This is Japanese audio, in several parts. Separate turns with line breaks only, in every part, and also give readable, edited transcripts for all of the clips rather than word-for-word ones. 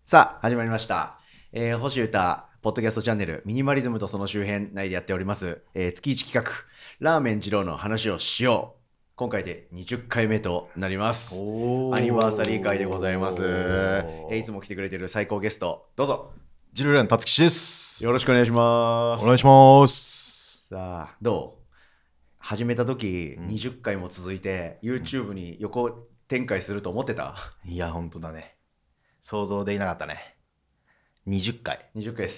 さあ始まりました、星歌ポッドキャストチャンネルミニマリズムとその周辺内でやっております、月1企画ラーメン二郎の話をしよう。今回で20回目となります。アニバーサリー会でございます。いつも来てくれてる最高ゲストどうぞ。
ジルレン達吉です。
よろしくお願いします。
お願いします。
さあどう始めた時、20回も続いて YouTube に横展開すると思ってた？
いや本当だね、想像できなかったね。20回
20回です。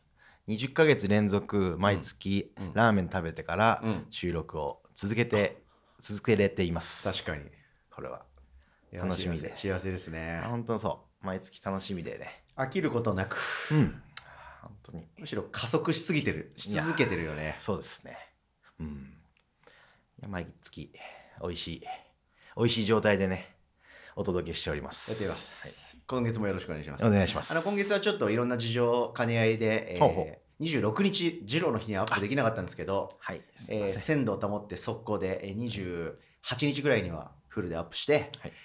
20ヶ月連続毎月ラーメン食べてから収録を続けれています。
確かに
これは楽しみで
幸せですね。
本当にそう毎月楽しみでね、
飽きることなく、
本当に
むしろ加速し続けてるよね。
そうですね。毎月美味しい状態でねお届けしております。
やっています、今月もよろしくお願いします。
お願いします。
今月はちょっといろんな事情兼ね合いで、26日二郎の日にアップできなかったんですけど、鮮度を保って速攻で、28日ぐらいにはフルでアップして、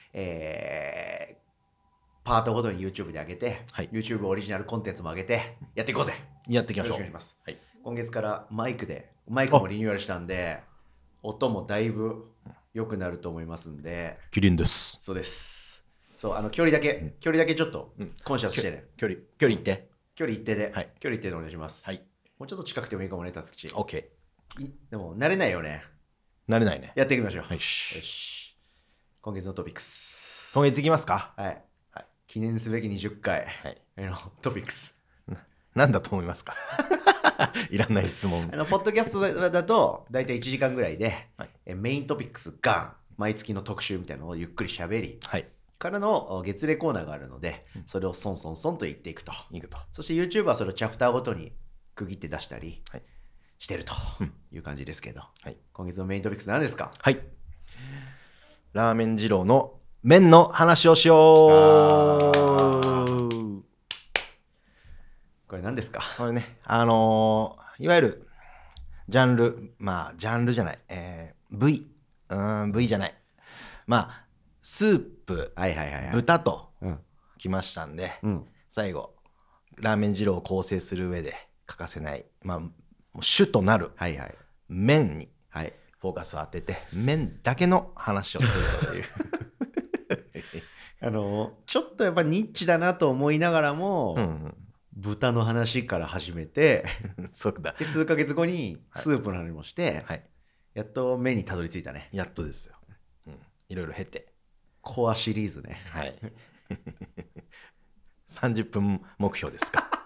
パートごとに YouTube で上げて、YouTube オリジナルコンテンツも上げてやっていこうぜ。
やっていきましょう。
よろしくお願いします。今月からマイクもリニューアルしたんで音もだいぶ良くなると思いますんで。
キリンです。
そうです。そう距離だけちょっとコンシャスしてね。
距離一定で、
距離一定でお願いします。もうちょっと近くてもいいかもね、たつきち。
OK。
でも慣れないよね。
慣れないね。
やっていきましょう。
よし。
今月のトピックス。
今月いきますか。
記念すべき20回のトピックス。
何だと思いますか？いらない質問。
ポッドキャストだと大体1時間ぐらいで、メイントピックスガン毎月の特集みたいなのをゆっくりしゃべり、からの月例コーナーがあるので、それをソンソンと言っていくと。そして YouTube はそれをチャプターごとに区切って出したりしてるという感じですけど、今月のメイントピックス何ですか？
ラーメン二郎の麺の話をしよう。
これ何ですか？
これね、いわゆるジャンルじゃない、部位じゃない、スープ、豚ときましたんで、最後ラーメン二郎を構成する上で欠かせない、主となる麺にフォーカスを当てて、麺だけの話をするという
ちょっとやっぱニッチだなと思いながらも、豚の話から始めて
そうだ。
で数ヶ月後にスープの話もして、やっと麺にたどり着いたね。
やっとですよ。いろいろ経て
コアシリーズね。
30分目標ですか？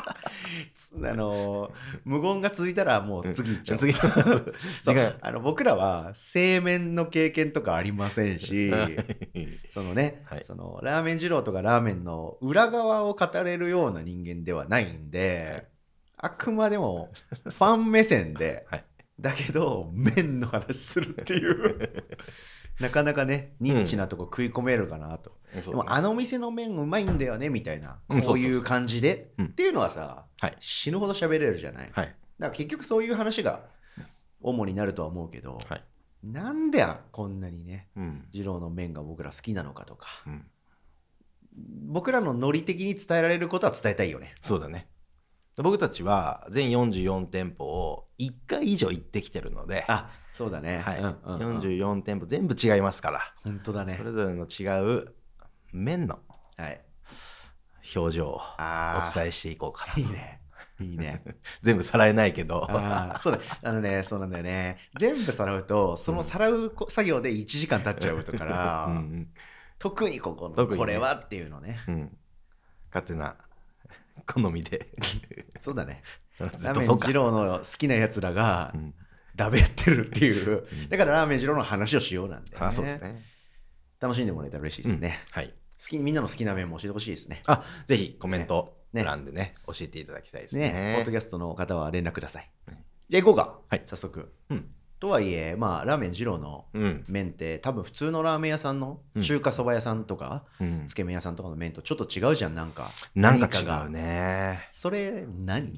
無言が続いたらもう次いっちゃう。僕らは製麺の経験とかありませんしそのね、そのラーメン二郎とかラーメンの裏側を語れるような人間ではないんで、あくまでもファン目線で、だけど麺の話するっていうなかなかねニッチなとこ食い込めるかなと。でもあの店の麺うまいんだよねみたいな、こういう感じでっていうのはさ、死ぬほど喋れるじゃない。だから結局そういう話が主になるとは思うけど、なんでこんなにね、二郎の麺が僕ら好きなのかとか、僕らのノリ的に伝えられることは伝えたいよね。
そうだね。僕たちは全44店舗を1回以上行ってきてるので、
そうだね、
44店舗全部違いますから。
本当だね。
それぞれの違う麺の表情をお伝えしていこうかな。
いいね
全部さらえないけど
そうなんだよね。全部さらうとそのさらう作業で1時間経っちゃうから特にこれはっていうのね、
勝手な好みで
そうだね。ラーメン二郎の好きなやつらがだべってるっていう、だからラーメン二郎の話をしようなんで、
そうですね。
楽しんでもらえたら嬉しいですね。みんなの好きな麺も教えてほしいですね。
ぜひコメント欄でね教えていただきたいですね。
ポッドキャストの方は連絡ください。じゃあ行こうか、早速。とはいえラーメン二郎の麺って多分普通のラーメン屋さんの中華そば屋さんとかつけ麺屋さんとかの麺とちょっと違うじゃん。なんか
違うね。
それ何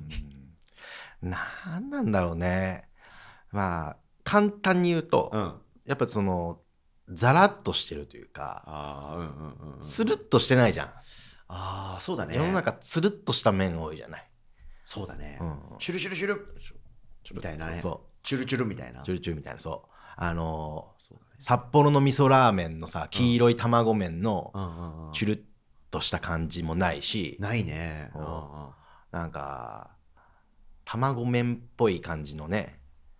なんだろうね。簡単に言うと、やっぱザラッとしてるというか、スルッとしてないじゃん。
ああそうだね。
世の中つるっとした麺多いじゃない。
そうだね、シュルシュルシュルみたいなね。そうチュルチュルみたいな。
チュルチュルみたいな。そうそうだね、札幌の味噌ラーメンのさ黄色い卵麺のチュルっとした感じもないし、
ないね。
なんか卵麺っぽい感じのね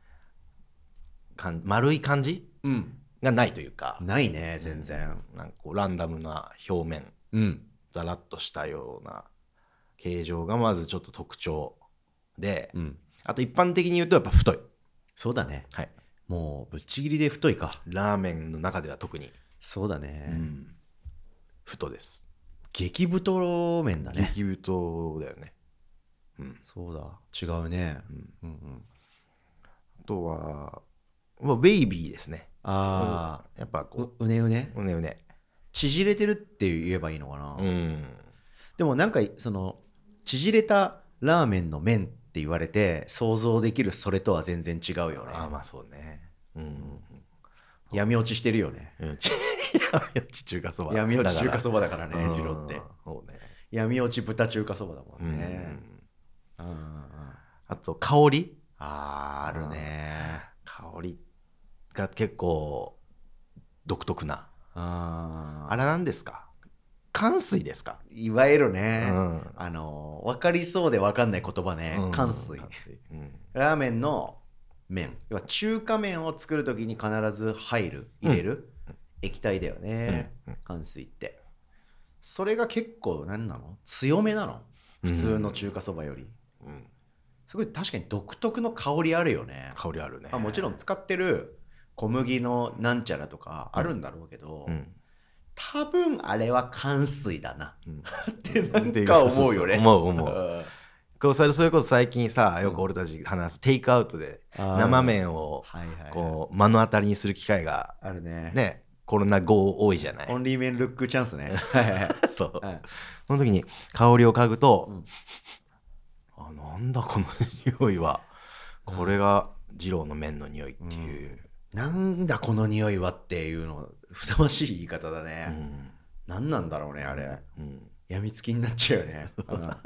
丸い感じ、がないというか。
ないね全然。
なんかこうランダムな表面、ザラッとしたような形状がまずちょっと特徴で、あと一般的に言うとやっぱ太い。
そうだね。
はい。
もうぶっちぎりで太いか。
ラーメンの中では特に。
そうだね。
太です。
激太麺だね。
激太だよね。
そうだ。違うね。
あとはベイビーですね。
ああ。
やっぱこ
うねうね。
うねうね。
縮れてるって言えばいいのかな。でもなんかその縮れたラーメンの麺って言われて想像できるそれとは全然違うよね。
まあそうね。
闇落ちしてるよね。
闇落ち中華そば。
闇落ち中華そばだからね、二郎って。
そうね。
闇落ち豚中華そばだもんね。
あと香り。
あるね。
香りが結構独特な。あれなんですか。か水ですか。
いわゆるね、分かりそうで分かんない言葉ね。か水。ラーメンの麺、要は中華麺を作るときに必ず入れる液体だよね。か水って。それが結構何なの？強めなの？普通の中華そばより。すごい確かに独特の香りあるよね。
香りあるね。
もちろん使ってる小麦のなんちゃらとかあるんだろうけど、多分あれはか水だなってなんか思うよね。
思う。それこそ最近さ、よく俺たち話すテイクアウトで生麺をこう目の当たりにする機会が
あるね。
ね、コロナ後多いじゃない。
オンリーメンルックチャンスね。
そう。その時に香りを嗅ぐと、なんだこの匂いは。これが二郎の麺の匂いっていう。
なんだこの匂いはっていうのふさわしい言い方だね。なんなんだろうねあれ。やみつきになっちゃうよね。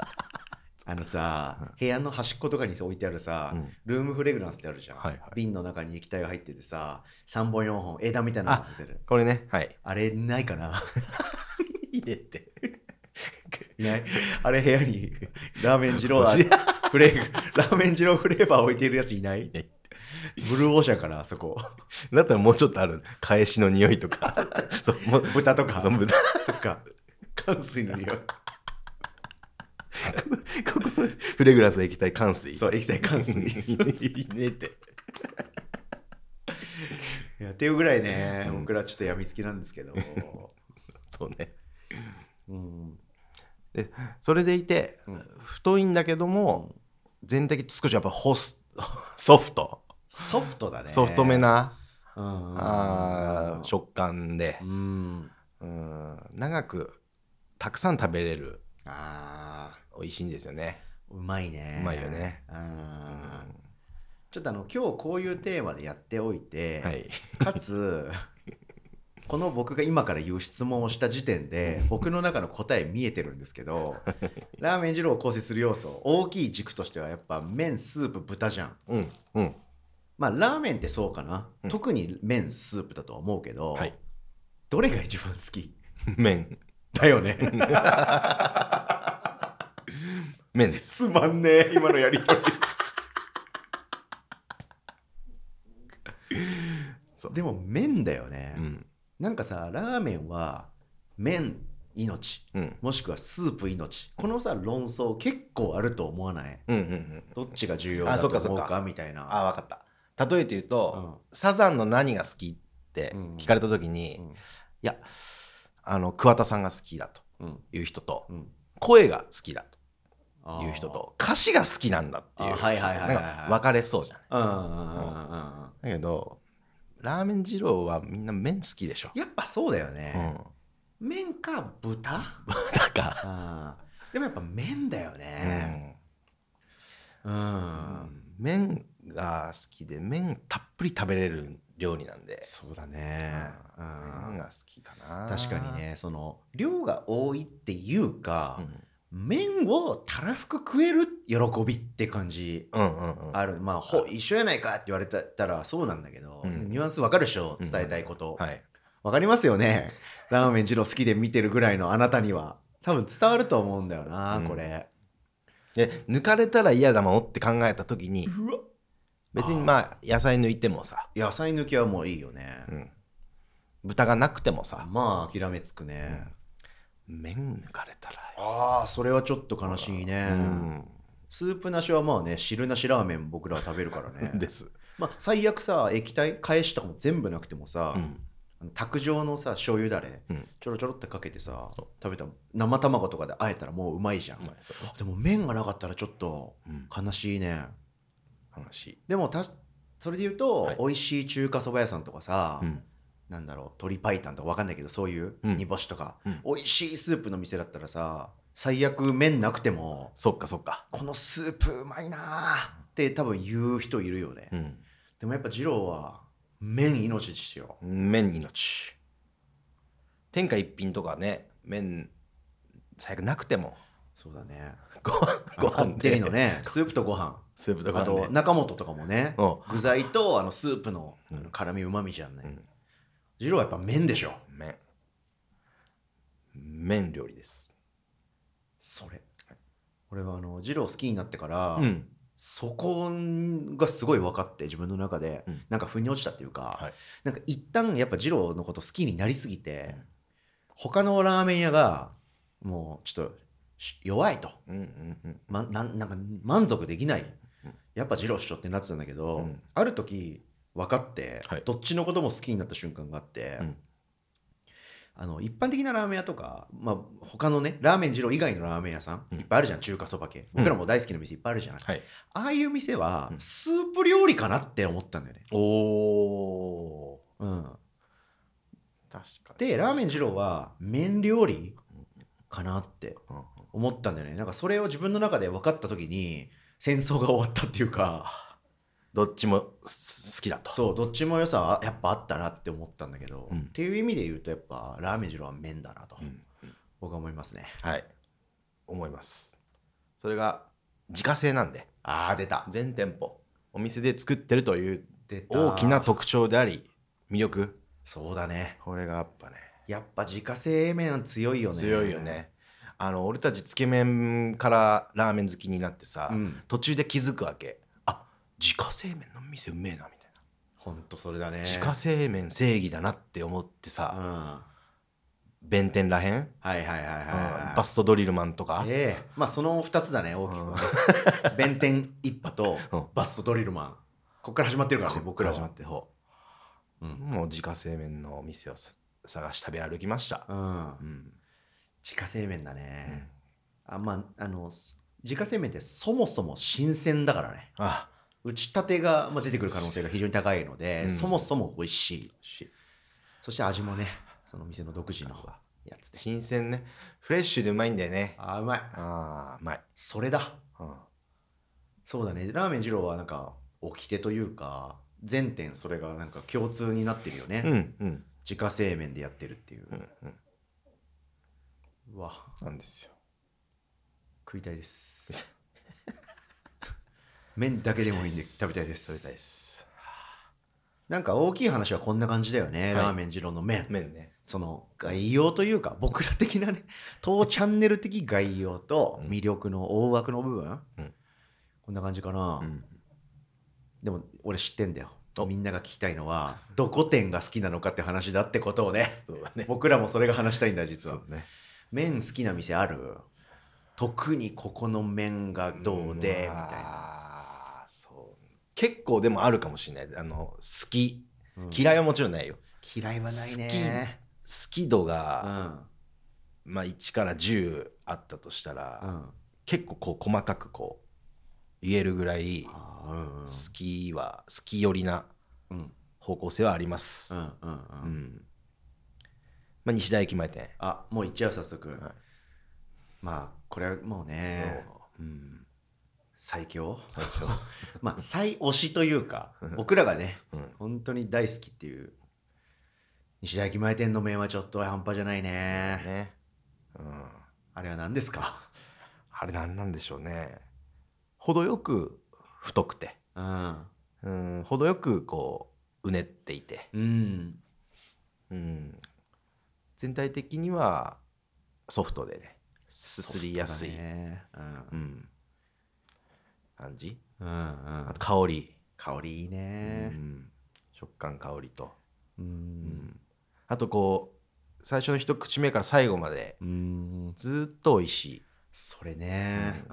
さ、部屋の端っことかに置いてあるさ、ルームフレグランスってあるじゃん。瓶の中に液体が入っててさ、3本4本枝みたいなのが出てる。
これね。はい。
あれないかな。
いいねって。
いない。あれ部屋にラーメン二郎ラーメン二郎フレーバー置いてるやついない？ブルーオーシャンかな、そこ。
だったらもうちょっとある。返しの匂いとか。
そう、豚とか。そっか。か水の匂い。
ここフレグランス液体か水。
そう、液体か水。
いいねって。
いやっていうぐらいね、僕らちょっとやみつきなんですけど。
そうね。でそれでいて、太いんだけども、全体的に少しやっぱソフトだね。ソフトめな食感で、長くたくさん食べれる。美味しいんですよね。
うまいね。
うまいよね。
ちょっと今日こういうテーマでやっておいて、かつこの僕が今から言う質問をした時点で僕の中の答え見えてるんですけど、ラーメン二郎を構成する要素、大きい軸としてはやっぱ麺、スープ、豚じゃん。まあラーメンってそうかな、特に麺、スープだとは思うけど、どれが一番好き？
麺
だよね。
麺です。
すまんねえ今のやりとり。でも麺だよね。なんかさ、ラーメンは麺命、もしくはスープ命、このさ論争結構あると思わない？どっちが重要だと思うかみたいな。
分かった。例えて言うと、サザンの何が好きって聞かれた時に、いや桑田さんが好きだという人と、声が好きだという人と、歌詞が好きなんだっていう分かれそうじゃない。だけどラーメン二郎はみんな麺好きでしょ。
やっぱそうだよね。麺か豚か。でもやっぱ麺だよね。
麺が好きで、麺たっぷり食べれる料理なんで。
そうだね、
麺が好きかな。
確かにね、その量が多いっていうか、麺をたらふく食える喜びって感じある。まあ一緒やないかって言われたらそうなんだけど、ニュアンスわかるでしょ、伝えたいこと。わかりますよね。ラーメン二郎好きで見てるぐらいのあなたには多分伝わると思うんだよな、これ。
で抜かれたら嫌だもんって考えた時に、別にまあ野菜抜いてもさ、
野菜抜きはもういいよね、
豚がなくてもさ、
まあ諦めつくね、
麺抜かれたら、
ああそれはちょっと悲しいね、スープなしはまあね、汁なしラーメン僕らは食べるからね
です。
まあ最悪さ、液体返しとかも全部なくてもさ、卓上のさ醤油だれ、ちょろちょろってかけてさ食べた生卵とかであえたらもううまいじゃん。でも麺がなかったらちょっと悲しいね、
悲しい。
でもそれで言うと、美味しい中華そば屋さんとかさ、なんだろう、鶏白湯とか分かんないけど、そういう煮干しとか、美味しいスープの店だったらさ、最悪麺なくても、
そっかそっか、
このスープうまいなって多分言う人いるよね、でもやっぱ二郎は麺命ですよ。
麺命。天下一品とかね、麺最悪なくても、
そうだね、
ご飯
こってりのね、スープとご飯、
スープとご飯、
あと中本とかもね、具材とスープの辛みうまみじゃんね、二郎はやっぱ麺でしょ。
麺料理です。
それ、俺は二郎好きになってから、そこがすごい分かって、自分の中でなんか腑に落ちたっていうか、なんか一旦やっぱ二郎のこと好きになりすぎて、他のラーメン屋がもうちょっと弱いと、なんか満足できない、やっぱ二郎っしょってなってたんだけど、ある時分かって、どっちのことも好きになった瞬間があって、一般的なラーメン屋とか、まあ、他のねラーメン二郎以外のラーメン屋さん、いっぱいあるじゃん、中華そば系、僕らも大好きな店いっぱいあるじゃない、ああいう店はスープ料理かなって思ったんだよね。確かに。でラーメン二郎は麺料理かなって思ったんだよね。なんかそれを自分の中で分かった時に戦争が終わったっていうか、
どっちも好きだと。
そう、どっちも良さやっぱあったなって思ったんだけど、っていう意味で言うとやっぱラーメン二郎は麺だなと、僕は思いますね。
思います。それが自家製なんで、
出た、
全店舗お店で作ってるという大きな特徴であり魅力。
そうだね、
これがやっぱね、
やっぱ自家製麺は強いよね。
強いよね。俺たちつけ麺からラーメン好きになってさ、途中で気づくわけ。自家製麺の店うめえなみたいな。
ほんとそれだね。
自家製麺正義だなって思ってさ、弁天らへん、バストドリルマンとか、
まあその2つだね、大きくね。弁天一派とバストドリルマン、ここから始まってるからね、僕らは。始まって、も
う自家製麺の店を探し食べ歩きました。
自家製麺だね。自家製麺ってそもそも新鮮だからね。打ちたてが出てくる可能性が非常に高いので、そもそも美味しい。そして味もね、その店の独自のやつで
新鮮ね、フレッシュでうまいんだよね。
うまい。うまい。それだ。そうだね、ラーメン二郎はなんか掟というか全店それがなんか共通になってるよね。自家製麺でやってるっていう。うわ、
なんですよ。
食いたいです。麺だけでもいいんで食べたいです。食べたいです。なんか大きい話はこんな感じだよね、ラーメン二郎の麺ね。その概要というか、僕ら的なね、当チャンネル的概要と魅力の大枠の部分、こんな感じかな。でも俺知ってんだよ。みんなが聞きたいのはどこ店が好きなのかって話だってことをね。僕らもそれが話したいんだ実は。麺好きな店ある？特にここの麺がどうでみたいな。
結構でもあるかもしれない。好き、嫌いはもちろんないよ。
嫌いはないね。
好き度が、まあ1から10あったとしたら、結構こう細かくこう言えるぐらい好き寄りな方向性はあります。西田駅前店。
もう行っちゃう早速。まあこれはもうね、 最強まあ最推しというか僕らがね、本当に大好きっていう西田駅前店の麺はちょっと半端じゃないね。あれは何ですか？
あれ何なんでしょうね。程よく太くて、程よくこううねっていて、全体的にはソフトでね、すすりやすい感じ。あと香り
いいね。
食感香りと、あとこう最初の一口目から最後までずっと美味しい。
それね。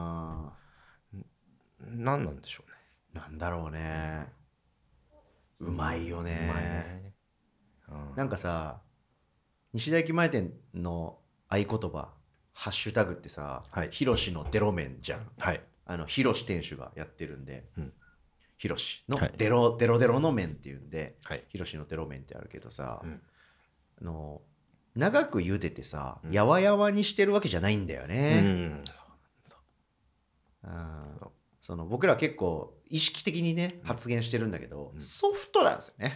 何なんでしょう
ね。なんだろうね。うまいよね。なんかさ、西田駅前店の合言葉ハッシュタグってさ、ヒロシのデロ麺じゃん。ヒロシ店主がやってるんで、ヒロシのデロデロの麺っていうんで、ヒロシのデロ麺ってあるけどさ、長く茹でてさ、やわやわにしてるわけじゃないんだよね。その僕ら結構意識的にね発言してるんだけど、ソフトなんですよね。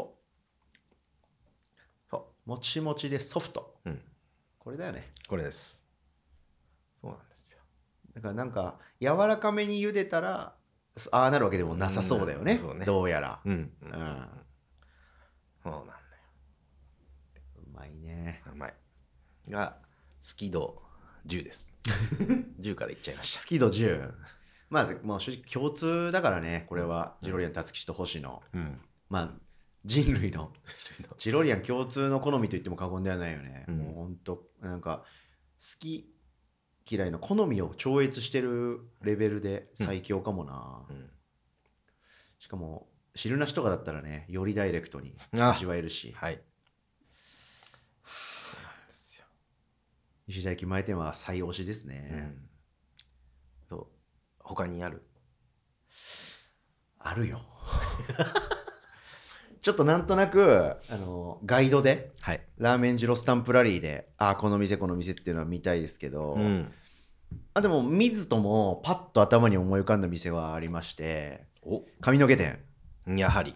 そうもちもちでソフト、これだよね。
これです。そうなんですよ。
だからなんか柔らかめに茹でたらああなるわけでもなさそうだよね、どうやら。そうなんだよ。うまいね。
うまいが好き度10です。10からいっちゃいました。
好き度10。まあもう正直共通だからね、これはジロリアン辰吉と星野、まあ人類のジロリアン共通の好みと言っても過言ではないよね。もうほんとなんか好き嫌いの好みを超越してるレベルで最強かもな。しかも汁なしとかだったらね、よりダイレクトに味わえるし。そうなんですよ。西田駅前店は最推しですね。
他にある
よ。ちょっとなんとなくガイドで、ラーメン二郎スタンプラリーでこの店っていうのは見たいですけど、でも見ずともパッと頭に思い浮かんだ店はありまして、髪の毛店。
やはり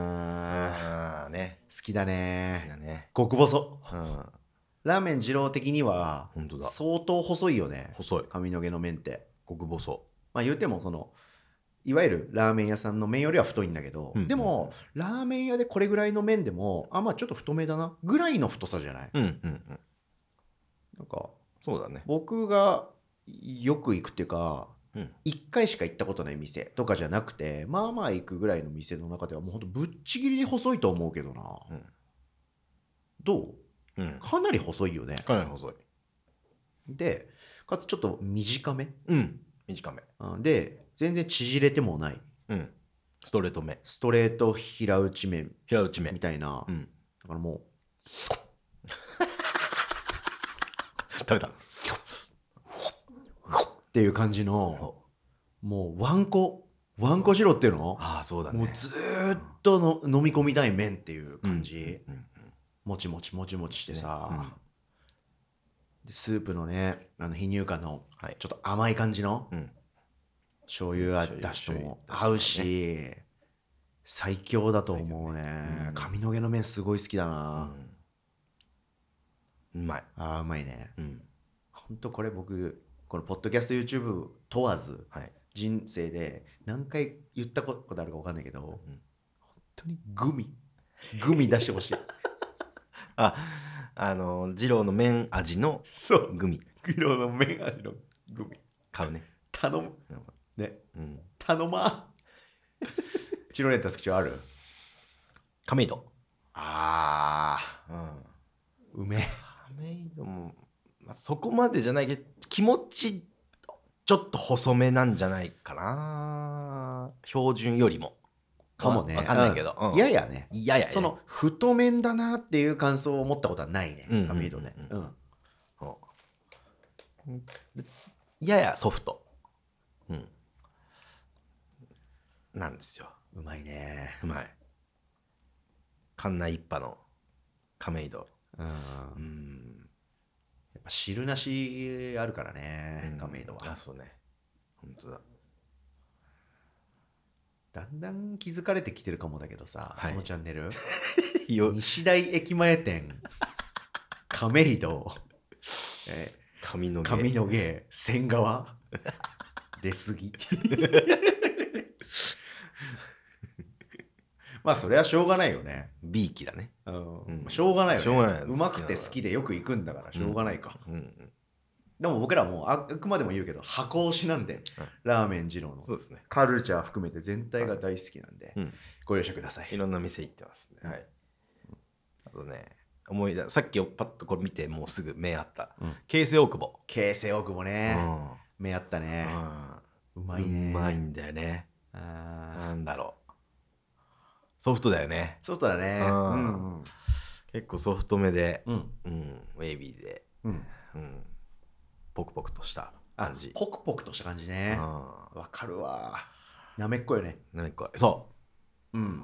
ね、好きだね。極細。ラーメン二郎的には相当細いよね。
細い
髪の毛の麺って
極細。
まあ言うてもいわゆるラーメン屋さんの麺よりは太いんだけど、でもラーメン屋でこれぐらいの麺でもまあちょっと太めだなぐらいの太さじゃない。なんか
そうだね。
僕がよく行くっていうか、1回しか行ったことない店とかじゃなくて、まあまあ行くぐらいの店の中ではもうほんとぶっちぎりで細いと思うけどな。どう？かなり細いよね。
かなり細い。
でかつちょっと短め。
短め。
で全然縮れてもない。
ストレート目。
ストレート平打ち麺みたいな。だからもう
食べた
っていう感じの、もうワンコ二郎っていうの？
そうだね。
もうずっと飲み込みたい麺っていう感じ。もちもちしてさ、でスープのね非乳化のちょっと甘い感じの醤油だしとも合うし、最強だと思うね。髪の毛の麺すごい好きだな。
うまい。
うまいね。ほんとこれ僕このポッドキャスト YouTube 問わず、人生で何回言ったことあるか分かんないけど、本当にグミ出してほしい。
二郎の麺味のグミ。
二郎の麺味のグミ
買うね。
頼むね。頼まチロレンタス口はある？
亀戸。
うめえ。
亀戸もそこまでじゃないけど気持ちちょっと細めなんじゃないかな、標準よりも。
かもね。
分かんないけど、
ややね。
やや
その太麺だなっていう感想を持ったことはないね。亀戸ね。
ややソフト。なんですよ。
うまいね。
うまい。館内一派の亀戸。や
っぱ汁なしあるからね、亀戸は。
そうね。本当だ。
だんだん気づかれてきてるかもだけどさ、
はい、
このチャンネル西台駅前店亀戸
上
野毛仙川出過ぎまあそれはしょうがないよね。
B 期だね、
しょうがないよね。
しょうがない。
うまくて好きでよく行くんだからしょうがないか、
で
も僕らもあくまでも言うけど箱推しなんで、ラーメン二郎の
そうですね、
カルチャー含めて全体が大好きなんで、ご容赦ください。
いろんな店行ってますね。はい。あとね、さっきパッとこれ見てもうすぐ目あった、京成大久保。
京成大久保ね、目あったね、うまいね。
うまいんだよね。なんだろう、ソフトだよね。
ソフトだね。
結構ソフトめで、ウェイビーで、ポクポクとした感じ。
ポクポクとした感じね。わかるわ。なめっこよね。
なめっこ。そう。好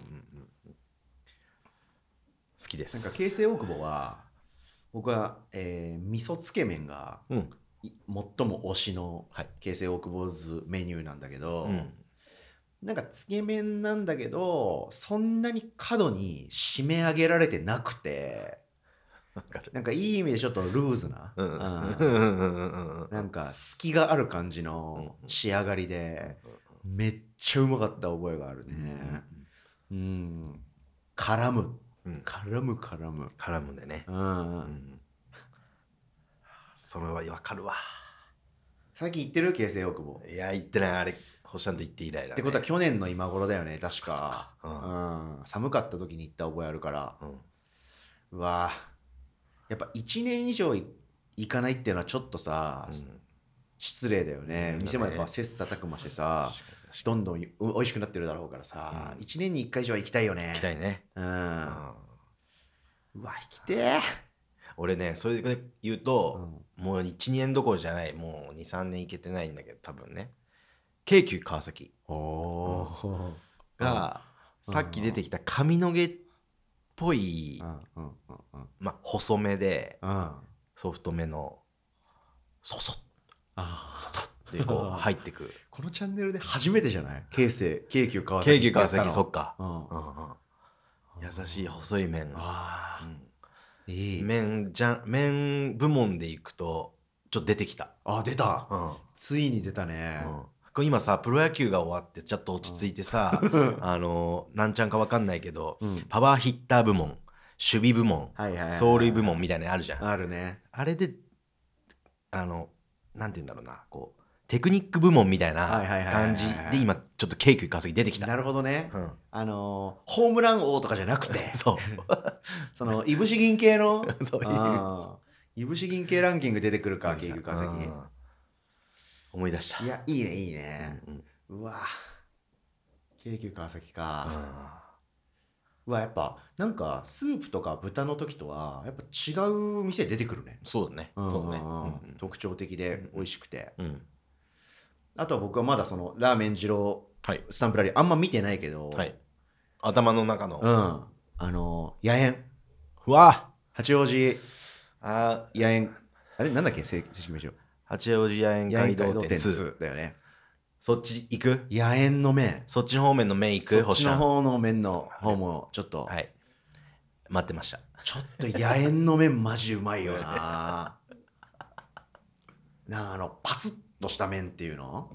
きです。
なんか京成大久保は僕は、味噌つけ麺が、最も推しの京成大久保ズメニューなんだけど、なんかつけ麺なんだけどそんなに過度に締め上げられてなくて、なんかいい意味でちょっとルーズな、なんか隙がある感じの仕上がりで、めっちゃうまかった覚えがあるね。絡む
でね。それはわかるわ。
最近行ってる京成大久保。
いや行ってない。あれ星ちゃんと行って以来だね。
ってことは去年の今頃だよね確か。寒かった時に行った覚えあるから、うわやっぱ1年以上行かないっていうのはちょっとさ、失礼だよね。店もやっぱ切磋琢磨してさ、どんどん美味しくなってるだろうからさ、1年に1回以上は行きたいよね。
行きたいね。
うわ行きてー。
俺ねそれで言うと、もう 1,2 年どころじゃない、もう 2,3 年行けてないんだけど、多分ね京急川崎がさっき出てきた上野毛っぽい、まあ細めでソフトめのそそっでこう入ってく
このチャンネルで初めてじゃない？京急川
崎そっか、優しい細い麺。麺部門でいくとちょっと出てきた。
出た、ついに出たね。
これ今さプロ野球が終わってちょっと落ち着いてさ、なんちゃんか分かんないけど、パワーヒッター部門、守備部門、走塁部門みたいなのあるじゃん。
あるね。あ
れでなんて言うんだろうな、こうテクニック部門みたいな感じで今ちょっと京急川崎出てきた。
なるほどね。ホームラン王とかじゃなくて
そう
そのいぶし銀系のいぶし銀系ランキング出てくるか、京急川崎。
思い出した。
いやいいねいいね。うわ京急川崎か。うわやっぱなんかスープとか豚の時とはやっぱ違う店出てくるね。
そうだね。
特徴的で美味しくて。あとは僕はまだそのラーメン二郎スタンプラリーあんま見てないけど、
頭の中の
野猿、
うわ
八王子野猿、あれなんだっけ正式名称。
八王子野猿街道店2
だよね。
そっち行く？
野猿の麺、
そっちの方面の麺行く？
そっちの方の麺の方もちょっと
待ってました。
ちょっと野猿の麺マジうまいよなパツッとした麺っていうの、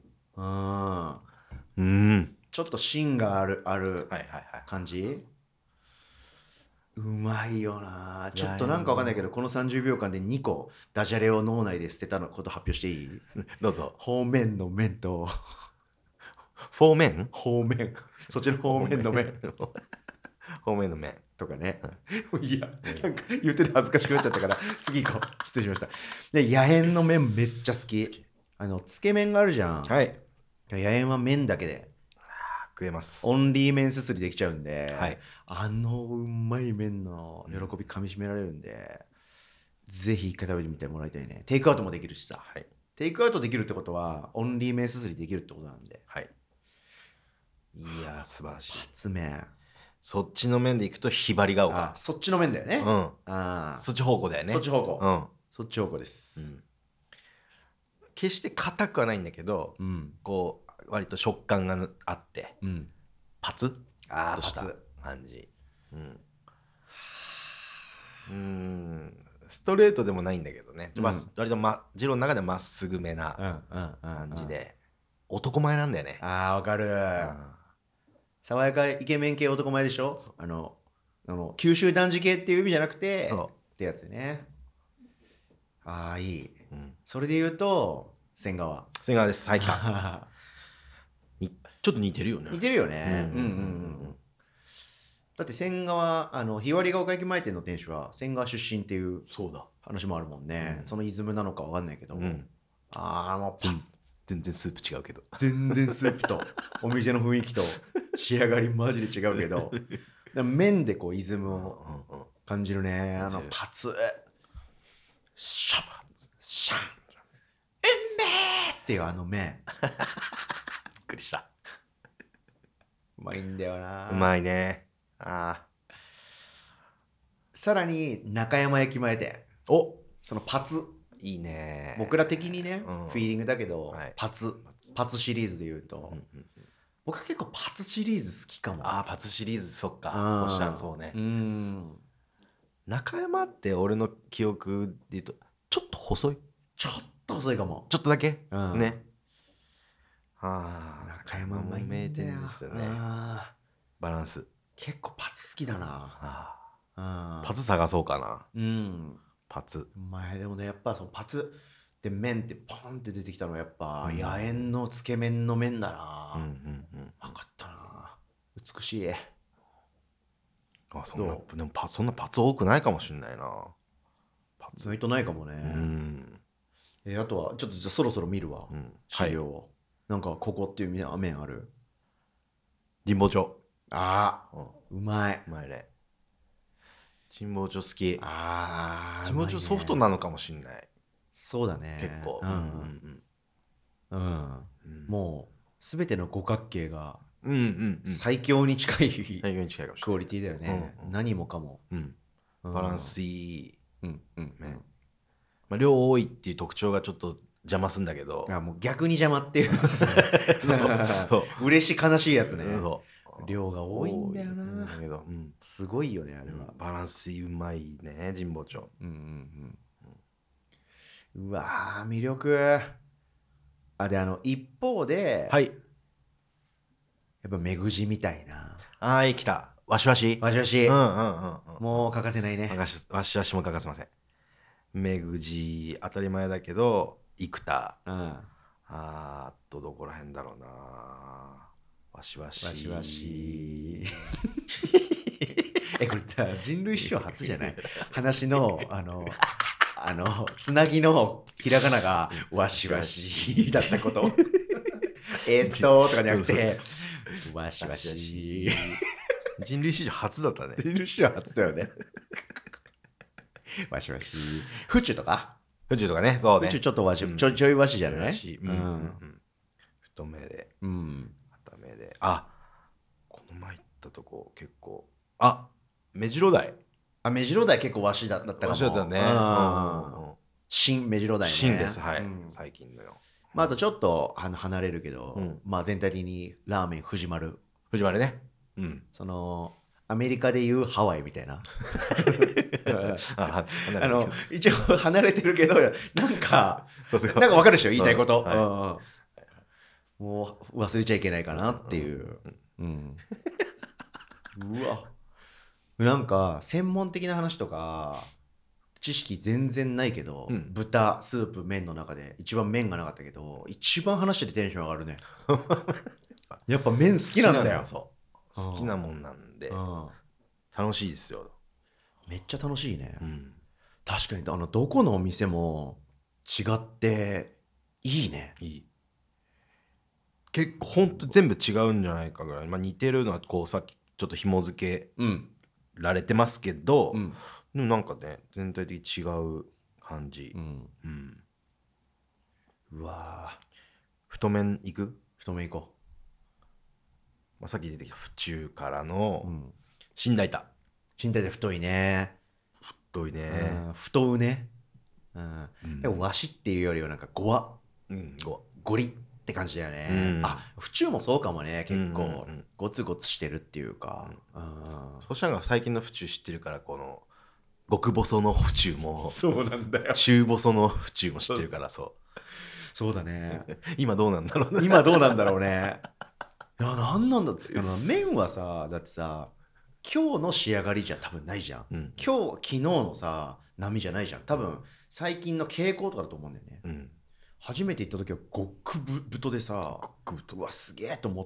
ちょっと芯がある感じ、うまいよな。ちょっとなんかわかんないけどこの30秒間で2個ダジャレを脳内で捨てたのこと発表していい？
どうぞ。
方面の麺と
方面
そっちの方面の麺
方面の麺
とかね。いやなんか言ってて恥ずかしくなっちゃったから次行こう。失礼しました。で野猿の麺めっちゃ好き。つけ麺があるじゃん。野猿は麺だけで
食えます。
オンリー麺すすりできちゃうんで、うまい麺の喜びかみしめられるんで、ぜひ一回食べてみてもらいたいね。テイクアウトもできるしさ、テイクアウトできるってことはオンリー麺すすりできるってことなんで、
いや素晴らしい。
初麺。
そっちの麺でいくとひばりが丘。
そっちの麺だよね。
そっち方向だよね。
そっち方向。そっち方向です。
決して硬くはないんだけど、こう割と食感があって、
うん、
パツッとした
パツ
感じ。ストレートでもないんだけどね、割とジローの中でまっすぐめな感じで、男前なんだよね。
あー、わかる。爽やかイケメン系男前でしょ。九州男児系っていう意味じゃなくてってやつね。ああ、いい。それで言うと千川
です。入ったちょっと似てるよね。
似てるよね。だって千川、日割ヶ丘駅前店の店主は千川出身っていう話もあるもんね。そのイズムなのかわかんないけど、ああ、もう
全然スープ違うけど、
全然スープとお店の雰囲気と仕上がりマジで違うけど、麺でこうイズムを感じるね。パツシャバシャンうんめーっていう麺びっ
くりした。
うまいんだよな。
うまいね。
さらに中山駅前店、そのパツ
いいね。
僕ら的にね、フィーリングだけど、パツシリーズで言うと、僕は結構パツシリーズ好きかも。
パツシリーズ、そっか。おっしゃん、そうね。中山って俺の記憶で言うとちょっと細い。
ちょっと細いかも。
ちょっとだけね。
中山うまいんだよ。
名店ですよね。バランス。
結構パツ好きだな。
パツ探そうかな。パツ。
前でもね、やっぱそのパツで麺ってポンって出てきたのはやっぱ野猿のつけ麺の麺だな。分かったな。美しい。
そんなパツ多くないかもしれないな。
パツ意外とないかもね。あとはちょっとそろそろ見るわ、資料を。なんかここっていう麺ある？
神保町。
うまい。
うまいね。神保町好き。
神
保町ソフトなのかもしれない。
そうだね。
結構。
もう全ての五角形が最強に近いクオリティだよね。何もかも。
バランスいい。量多いっていう特徴がちょっと邪魔すんだけど。
もう逆に邪魔っていう嬉しい悲しいやつね。量が多いんだよな。すごいよね、あれは。
バランスうまいね、神保町。
うわー、魅力。で、一方で、やっぱ目ぐじみたいな。
来た。わしわし。
もう欠かせないね。
わしわしも欠かせません。目ぐじ当たり前だけど、生田。どこら辺だろうな。わしわし。
わしわし。これ人類史上初じゃない？話のつなぎのひらがながわしわしだったこととかじゃなくてわしわし。
人類史上初だったね。
人類史上初だよね。わしわし。府中とか
ね。そうね。
府中ちょっとわし、ちょいわしじゃない？
太めで。固めで。この前行ったとこ結構。目白台。
目白台結構わしだったかも。
わしだったね。
新目白台ね。
新です。最近のよ。
あとちょっと離れるけど、全体的にラーメン藤丸
ね。
そのアメリカでいうハワイみたいな。一応離れてるけど、なんか分かるでしょ、言いたいこと。もう忘れちゃいけないかなっていう。うわ、なんか専門的な話とか知識全然ないけど、豚スープ麺の中で一番麺がなかったけど一番話しててテンション上がるね。やっぱ麺好きなんだよ。
好きなもんなんで楽しいですよ。
めっちゃ楽しいね。確かにどこのお店も違っていいね。
結構ほんと全部違うんじゃないかぐらい、似てるのはこうさっきちょっと紐付けられてますけど、でもなんかね全体的に違う感じ。
うわ、
太麺行く？
太麺行こ
う。さっき出てきた府中からの新大田。
新大田太いね。
太いね。
太うね。でも和紙っていうよりはなんかゴリ。 って感じだよね。府中もそうかもね。結構ゴツゴツしてるっていうか。
そしたら最近の府中知ってるから、この極細の府中も
そうなんだよ。
中細の府中も知ってるから。
そうだね。
今どうなんだろうね。
今どうなんだろうね。いや、なんなんだって。麺はさ、だってさ、今日の仕上がりじゃ多分ないじゃん。今日昨日のさ波じゃないじゃん。多分最近の傾向とかだと思うんだよね。初めて行った時は極太でさ、うわすげえと思って、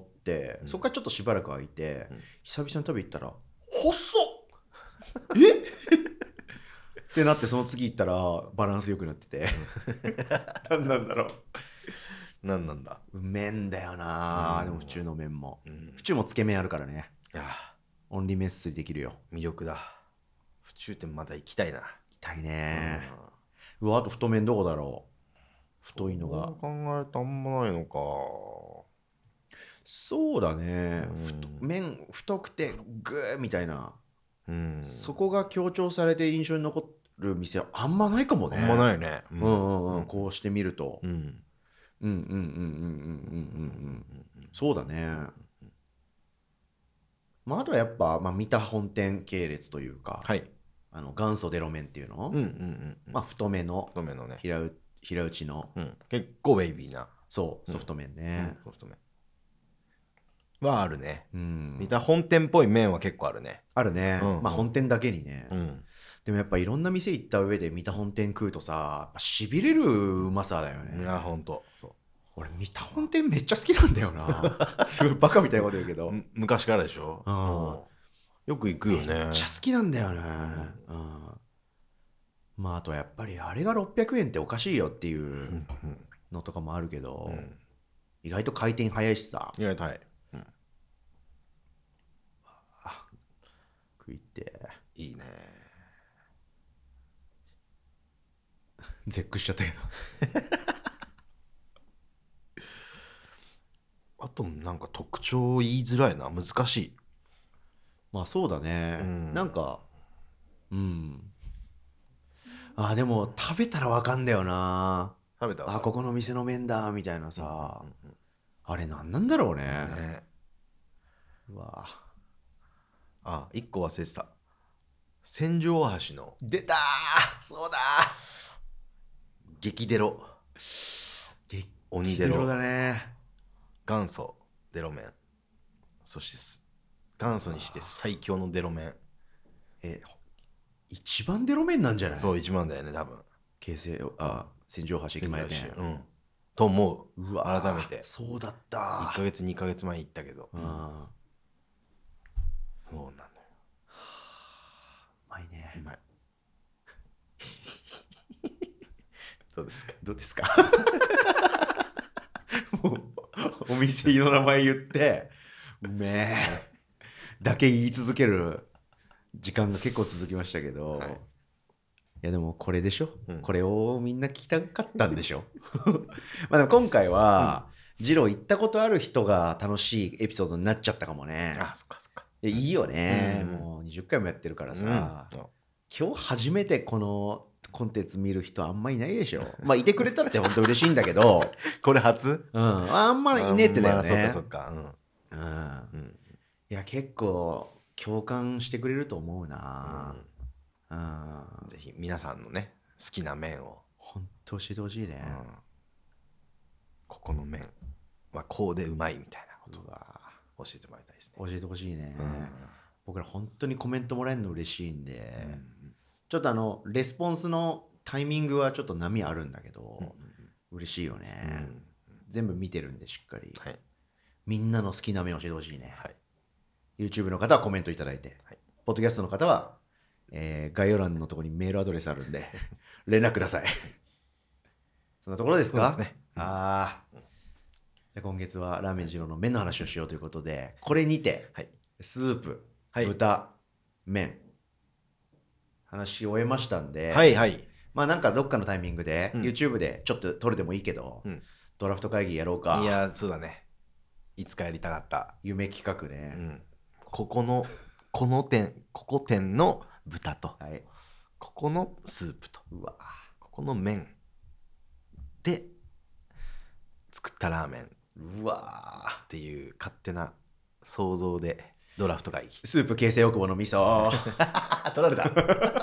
そっからちょっとしばらく空いて、久々に食べ行ったら細っえってなって、その次行ったらバランス良くなってて何なんだろう。
何なんだ。
うめんだよな。でも府中の麺も、府中もつけ麺あるからね。いやオンリーメッセージできるよ。
魅力だ。府中店まだ行きたいな。行
きたいね。うわ、あと太麺どこだろう。太いのが。
考えたあんまないのか。
そうだね。麺太くてグーみたいな。そこが強調されて印象に残る店はあんまないかもね。
あんまないね。
こうしてみると。そうだね。まあ、あとはやっぱ、三田本店系列というか、元祖デロ麺っていうの、太めの平打ちの、
結構ウェイビーな
ソフト麺ね。
ソフト麺はあるね。三田本店っぽい麺は結構あるね。
あるね。本店だけにね。でもやっぱいろんな店行った上で三田本店食うとさ、しびれるうまさだよね。
いや、ほんと。
俺三田本店めっちゃ好きなんだよな。すごいバカみたいなこと言うけど。
昔からでしょ。よく行くよね。
めっちゃ好きなんだよね。まああとはやっぱりあれが600円っておかしいよっていうのとかもあるけど、意外と回転早いしさ。
意外と早い。
食いって
いいね。
絶句しちゃったけど
あとなんか特徴言いづらいな。難しい。
まあそうだね。なんかでも食べたらわかんだよな。
食べたら
ここの店の麺だみたいなさ。あれなんなんだろうね。うわ
一個忘れてた。千住大橋の
出たー。そうだ
激デロ。鬼デロ
だね。
元祖デロ麺。そして元祖にして最強のデロ麺。
一番デロ麺なんじゃない？
そう、一番だよね、多分。
京成千住大橋駅前店。
と思う。改めて。
そうだった。
1ヶ月2ヶ月前に行ったけど。そうなのよ。
うまいね。
うまい。
どうですかもうお店の名前言ってうめえだけ言い続ける時間が結構続きましたけど、いやでもこれでしょ、これをみんな聞きたかったんでしょまあでも今回は、ジロー行ったことある人が楽しいエピソードになっちゃったかもね。
そっかそっか。
いいよね、もう20回もやってるからさ、今日初めてこのコンテンツ見る人あんまいないでしょ。まあいてくれたって本当嬉しいんだけど
これ初？
あんまいねってだよね。
そっか。
いや結構共感してくれると思うな。
ぜひ皆さんのね好きな麺を
本当教えてほしいね。
ここの麺はこうでうまいみたいなことは教えてもらいたいですね。
教えてほしいね。僕ら本当にコメントもらえるの嬉しいんで、ちょっとレスポンスのタイミングはちょっと波あるんだけど、嬉しいよね。全部見てるんでしっかり、みんなの好きな麺教えてほしいね。YouTube の方はコメントいただいて、ポッドキャストの方は、概要欄のところにメールアドレスあるんで連絡くださいそんなところですか？
そうですね。
じゃあ今月はラーメン二郎の麺の話をしようということで、これにて、スープ、豚、麺話し終えましたんで、まあなんかどっかのタイミングで、YouTube でちょっと撮るでもいいけど、ドラフト会議やろうか。
いやそうだね。いつかやりたかった
夢企画ね。
ここ店の豚と、ここのスープと、ここの麺で作作ったラーメンっていう勝手な想像でドラフト会議。
スープ形成欲望の味噌
取られた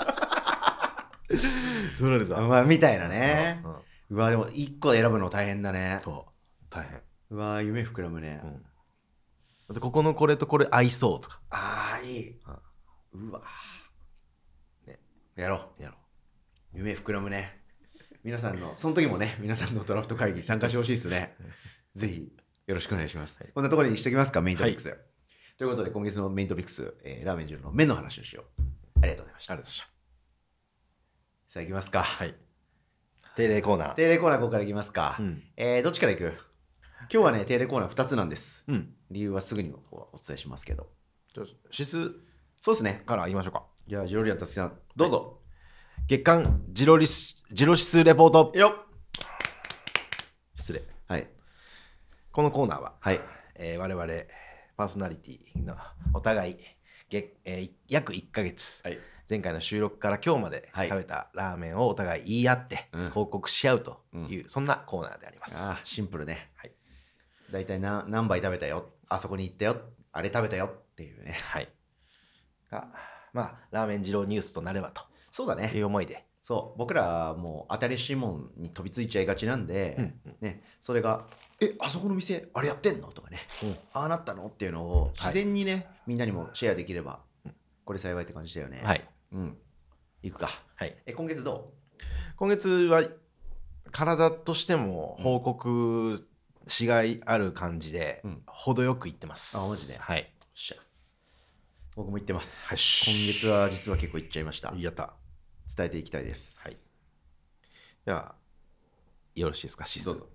取られた、
まあ、みたいなね、うわでも1個選ぶの大変だね。
そう大変。
うわ夢膨らむね、
でここのこれとこれ合いそうとか。
ああいい、うわね、やろう夢膨らむね。皆さんのその時もね、皆さんのドラフト会議参加してほしいですねぜひよろしくお願いします、こんなところにしておきますか、メイントピックス、ということで今月のメイントピックス、ラーメン二郎の麺の話をしよう。ありがとうございました。さあ行きますか。
定例コーナー。
定例コーナーここから行きますか、どっちから行く？今日はね定例コーナー2つなんです、理由はすぐにお伝えしますけど、
指数
そうですね
から言いましょうか。
じゃあジロリアンたつきさんどうぞ、
月間ジロ指数レポート
よっ。
失礼。
はい。
このコーナーは、
はい、
我々パーソナリティのお互い約1ヶ月、前回の収録から今日まで食べたラーメンをお互い言い合って報告し合うという、そんなコーナーであります。
シンプルね。だいたい何杯食べたよ、あそこに行ったよ、あれ食べたよっていうね。
がまあラーメン二郎ニュースとなればと。
そうだね。
いう思いで。
そう僕らはもう新しいもんに飛びついちゃいがちなんで、ね、それがあそこの店あれやってんのとかね、ああなったのっていうのを自然にね、みんなにもシェアできればこれ幸いって感じだよね。行くか。今月どう？
今月は体としても報告しがいある感じで、程よくいってます。
マジで。
はい。
僕も行ってます。今月は実は結構行っちゃいました。
やった。
伝えていきたいです。
ではよろしいですか。
どうぞ。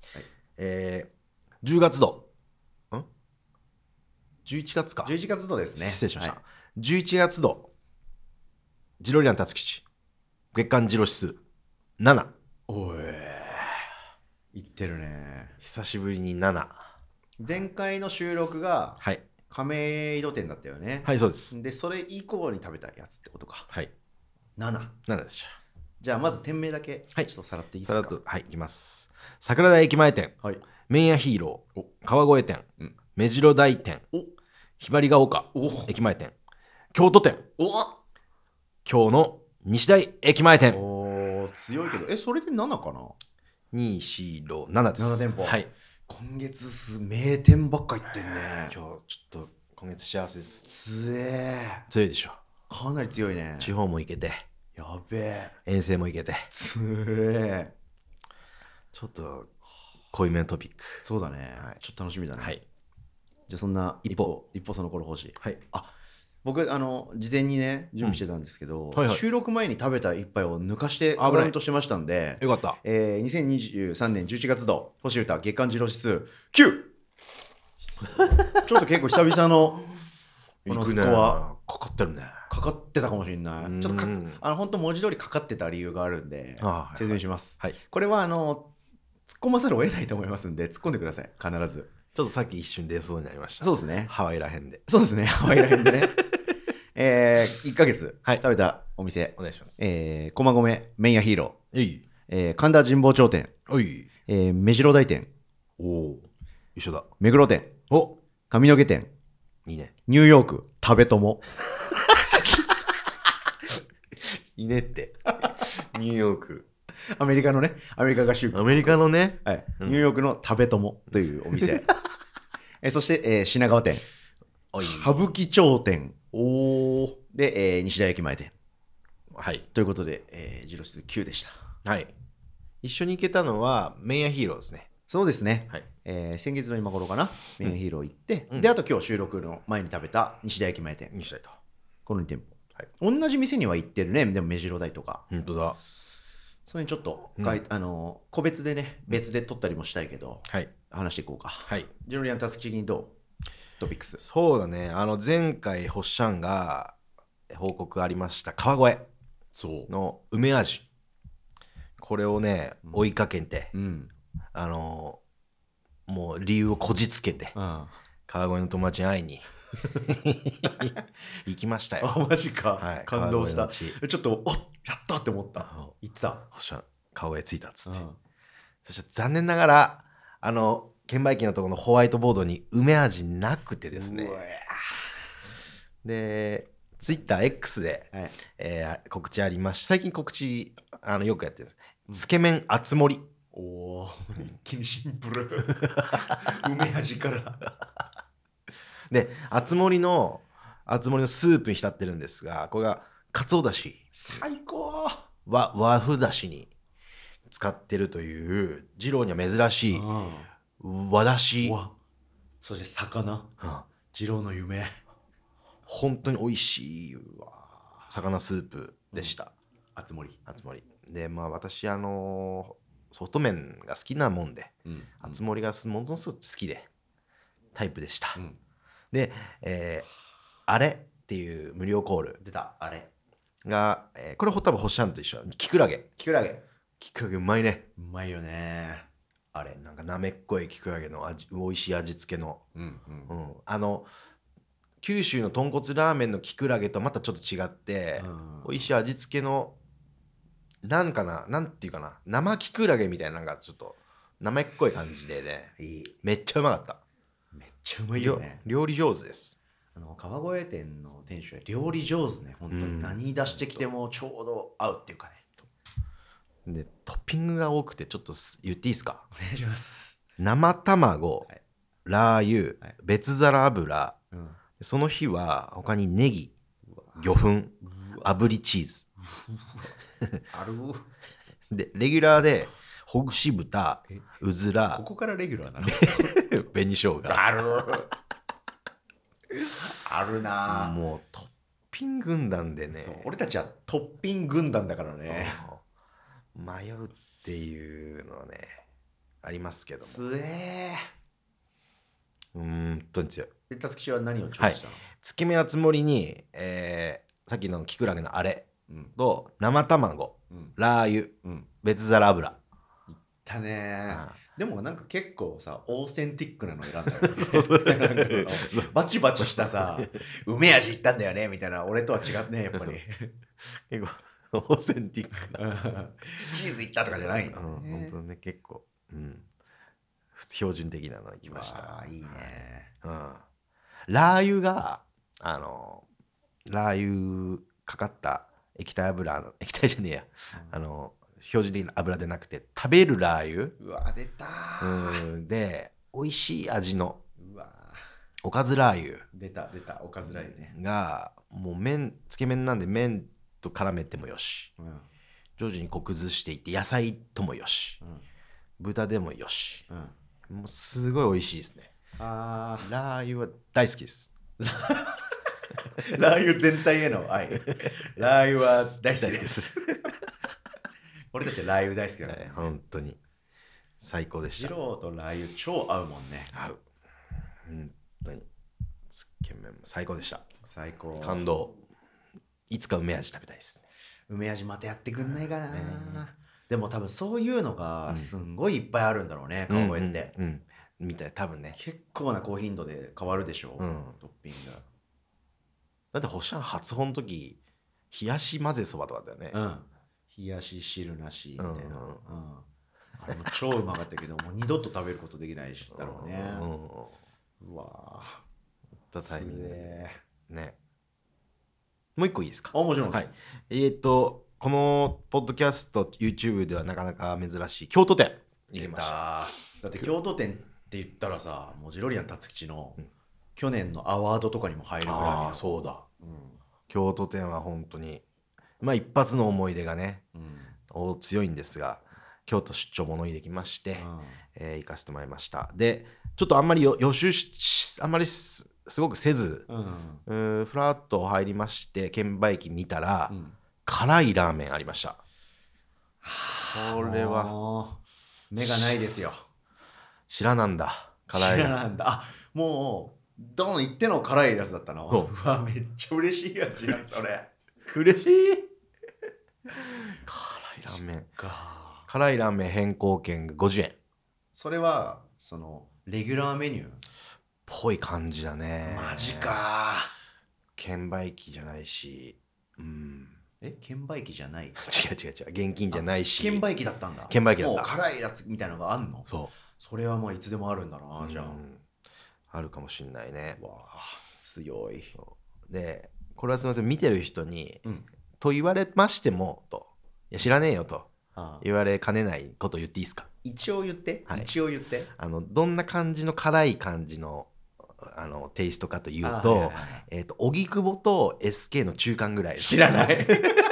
10月度11月か。
11月度ですね。
失礼しました。11月度ジロリアン辰吉月間ジロ指数7。
おい言ってるね。
久しぶりに7。
前回の収録が亀戸店だったよね。
はい、そうです。
でそれ以降に食べたやつってことか。7でした。じゃあまず店名だけちょっとさらっていいですか。
さらっといきます。桜田駅前店、麺屋ヒーロー川越店、目白台店、ひばりが丘駅前店、京都店、今日の西台駅前店。
強いけどそれで7かな。
2、4、6、7です。
7店舗。今月名店ばっか行ってんね。
今日ちょっと今月幸せです。
強
いでしょ。
かなり強いね。
地方も行けて、
やべえ、
遠征も行けて、
ちょ
っと濃いめのトピック。
そうだね、ちょっと楽しみだね。じゃあそんな一歩その頃欲しい。僕僕事前にね準備してたんですけど、収録前に食べた一杯を抜かしてカウントしてましたんで、
よかった。
2023年11月度星歌月間ジロ指数9ちょっと結構久々のこのスコア
かかってるね。
かかってたかもしれない。ちょっと本当文字通りかかってた理由があるんで説明します。これは突っ込まざるを得ないと思いますんで突っ込んでください必ず。
ちょっとさっき一瞬出そうになりました。
そうですね。
ハワイらへんで。
そうですね。ハワイらへんでね。1ヶ月食べたお店。
お願いします。
駒込麺屋ヒーロ
ー。
神田神保町店。目白台店。
一緒だ。
目黒店。上野毛店。
いいね。
ニューヨーク食べ友。
いいねって。ニューヨーク。
アメリカのね、アメリカ合衆国。
アメリカのね、
ニューヨークの食べ友というお店。そして、品川店、歌舞伎町店、で、西田駅前店。ということで、ジロ指数9でした。
一緒に行けたのは麺屋ヒーローですね。
そうですね。先月の今頃かな、麺屋ヒーロー行って、で、あと今日収録の前に食べた西田駅前店。この2店舗。同じ店には行ってるね。でも目白台とか。
本当だ。
それにちょっと、個別でね別で撮ったりもしたいけど、話していこうか。ジロリアンタスキにどうトピックス。
そうだね。前回ホッシャンが報告ありました川越の梅味、これをね追いかけて、もう理由をこじつけて、川越の友達に会いに行きましたよ。
マジか。感動した。ちょっとやったって思った。言ってた。
川越着いたっつって。そして残念ながら券売機のところのホワイトボードに梅味なくてですね。で、TwitterX で、告知ありまして、最近告知よくやってるんです。つけ麺あつ森。
おー、一気にシンプル。梅味から。
で、あつ森のスープに浸ってるんですが、これがかつおだし。
最高。
和風だしに使ってるという、二郎には珍しい和だし。
そして魚。二郎の夢。
本当に美味しい魚スープでした。
あつ森。
で、まあ私ソフト麺が好きなもんで、あつ森がものすごく好きでタイプでした。で、あれっていう無料コール
出た。あれ
が、これ多分星ちゃんと一緒。キクラゲうまいね。
うまいよね。あれ
なんかなめっこいキクラゲの美味しい味付けの、九州の豚骨ラーメンのキクラゲとまたちょっと違って、美味しい味付けのなんていうかな、生キクラゲみたいな、なんかちょっとなめっこい感じでね、めっちゃうまかった。
めっちゃうまいよね。
料理上手です。
川越店の店主は料理上手ね。本当に何出してきてもちょうど合うっていうか
ね。で、トッピングが多くてちょっと言っていいですか？
お願いします。
生卵、ラー油、別皿油、その日は他にネギ、魚粉、炙りチーズ
ある
で、レギュラーでほぐし豚、うずら、
ここからレギュラーなの
紅生姜
あるな。
もうトッピング軍団でね。
俺たちはトッピング軍団だからね。
迷うっていうのはねありますけども。
つえ
本当に強い。
で、たつきちは何をチョイスしたの？
つけ麺あつ森に、さっきのキクラゲのあれと生卵、ラー油、別皿油。
いったね。でもなんか結構さ、オーセンティックなの選んだよね。バチバチしたさ、梅味いったんだよねみたいな、俺とは違ってね、やっぱり。
結構オーセンティックな
チーズいったとかじゃないん
だね。本当ね、結構、標準的なのいきました。
いいね。
ラー油がラー油かかった液体じゃねえや、標準的な油でなくて食べるラー
油。出た
で美味しい味のおかずラー油。
出たおかずラー油ね。
がもうつけ麺なんで麺と絡めてもよし、徐々にこう崩していって野菜ともよし、豚でもよし、もうすごい美味しいですね。ラー油は大好きです。
ラー油全体への愛。ラー油は大好きです。俺たちはラー油大好きだね。
本当に最高でした。
二郎とラー油超合うもんね。
合う。本当につけ麺も最高でした。
最高。
感動。いつか梅味食べたいですね。
梅味またやってくんないかな。でも多分そういうのがすんごいいっぱいあるんだろうね、川越って。
みたい多分ね。
結構な高頻度で変わるでしょ、トッピング。
だって星ちゃん初本の時冷やし混ぜそばとかだよね。
冷やし汁なしみたいな。あれも超うまかったけど、もう二度と食べることできないしだろうね。うわぁ。
タイミングでね。もう一個いいですか？
もちろんです。
このポッドキャスト YouTube ではなかなか珍しい京都店行きました。
だって京都店って言ったらさ、もうジロリアン辰吉の去年のアワードとかにも入るぐらい。
そうだ、京都店は本当に一発の思い出がね、強いんですが、京都出張物入れてきまして、行かせてもらいました。でちょっとあんまり予習あんまりすごくせず、フラッと入りまして券売機見たら、辛いラーメンありました。これは
目がないですよ。
知らなんだ。辛い。
知らなんだ。もうドン言っての辛いやつだったの。うわ、めっちゃ嬉しいやつじゃんそれ。
嬉しい。辛いラーメン。辛いラーメン変更券が50円。
それはそのレギュラーメニューっ
ぽい感じだね。
マジか。
券売機じゃないし、
券売機じゃない。
違う現金じゃないし。
券売機だったんだ。
券売機だった。
もう辛いやつみたいなのがあんの？
そ
それはまあいつでもあるんだな、じゃ
あ。あるかもしんないね。
わあ、強い。
で、これはすみません、見てる人に、と言われましてもと、いや知らねえよと言われかねないこと言っていいですか？
一応言って、はい、一応言って。
どんな感じの辛い感じのテイストかというと、荻窪と SK の中間ぐらい。
知らない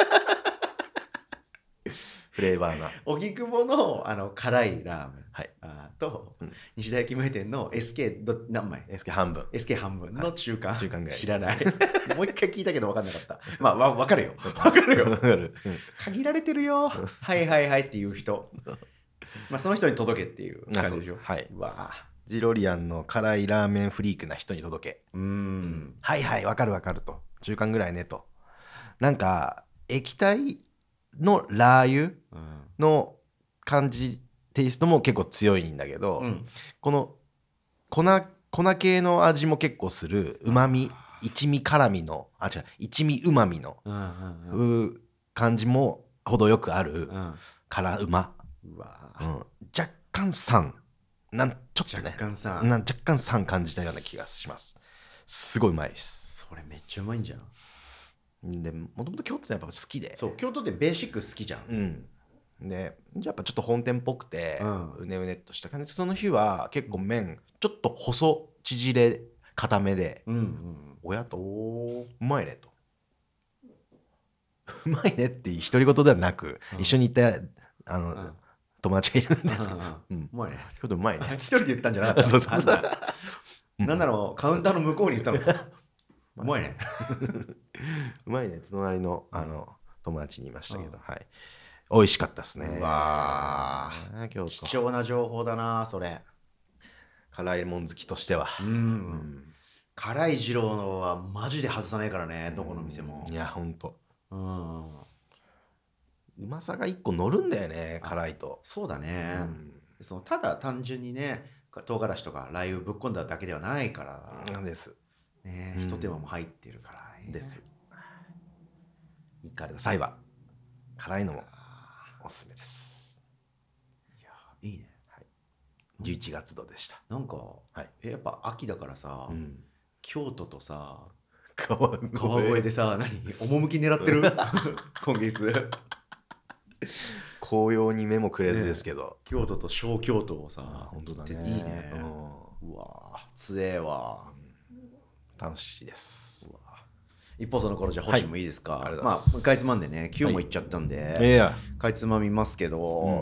フレーバーな
荻窪の辛いラーメン、はい、と、西田焼き名店の SK 何枚
SK 半分
SK 半分の中間、
中間ぐらい。
知らないもう一回聞いたけど分かんなかった。まあ分かるよ分かるよ限られてるよはいはいはいっていう人まあその人に届けっていう感じでしょ。
はい。
わ
ジロリアンの辛いラーメンフリークな人に届け。はいはい分かる分かると、中間ぐらいねと。なんか液体のラー油の感じ、テイストも結構強いんだけど、この粉系の味も結構するうまみ、一味辛みの一味うまみの感じも程よくある辛うま、若干酸ちょっとね若干酸感じたような気がします。すごいうまいです。
それめっちゃうまいんじゃん。
でもともと京都ってやっぱ好きで、
そう京都ってベーシック好きじゃん。
でやっぱちょっと本店っぽくて、うねうねっとした感じで、その日は結構麺ちょっと細縮れ固めで、親とうまいねとうまいねって独り言ではなく、一緒に行った友達がいるんですけど、
うまいね
ちょっとうまいね
一人で言ったんじゃなかった。そうそうそうなんだろう、カウンターの向こうに言ったのうまいね
うまいねって隣の友達に言いましたけど、はい、美味しかったですね。
うわー、貴重な情報だなそれ。
辛いもん好きとしては。
辛い二郎のはマジで外さないからね、どこの店も。
いやほんとうまさが一個乗るんだよね、辛いと。
そうだね、ただ単純にね唐辛子とかラー油ぶっ込んだだけではないから
なんです
ね、ひと手間も入ってるからね。
です。行かれた際は辛いのもおすすめです。
いやいいね。
11月度でした。
なんか、やっぱ秋だからさ、京都とさ
川
越でさ、何趣狙ってる今月
紅葉に目もくれずですけど、
京都と小京都をさ、
本当だね、
いいね。うわ強えわ、
楽しいです。
一方その頃じゃ星もいいですか。まあかいつまんでね、9もいっちゃったんで、かいつまみますけど、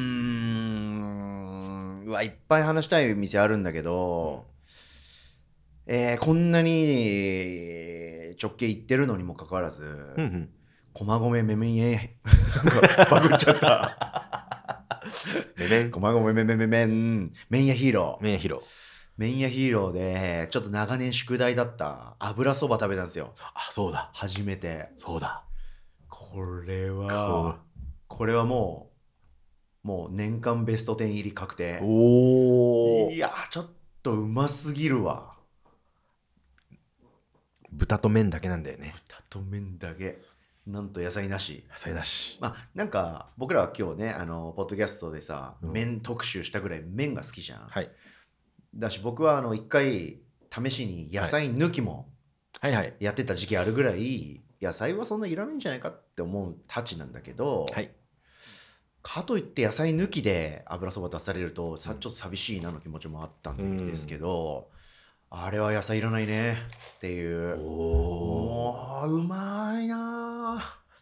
うわいっぱい話したい店あるんだけど、こんなに直径いってるのにもかかわらず、駒込めめんやバグっちゃった駒込めんやヒーロー麺屋ヒーローでちょっと長年宿題だった油そば食べたんですよ。
そうだ、
初めて。
そうだ、
これはもう年間ベスト10入り確定。いやちょっとうますぎるわ。
豚と麺だけなんだよね。
豚と麺だけ、なんと野菜なし。
野菜なし。
まあなんか僕らは今日ねポッドキャストでさ、麺特集したぐらい麺が好きじゃん。だし僕は一回試しに野菜抜きもやってた時期あるぐらい、野菜はそんないらないんじゃないかって思うたちなんだけど、かといって野菜抜きで油そば出されるとちょっと寂しいなの気持ちもあったんですけど、あれは野菜いらないねっていう。もううまいな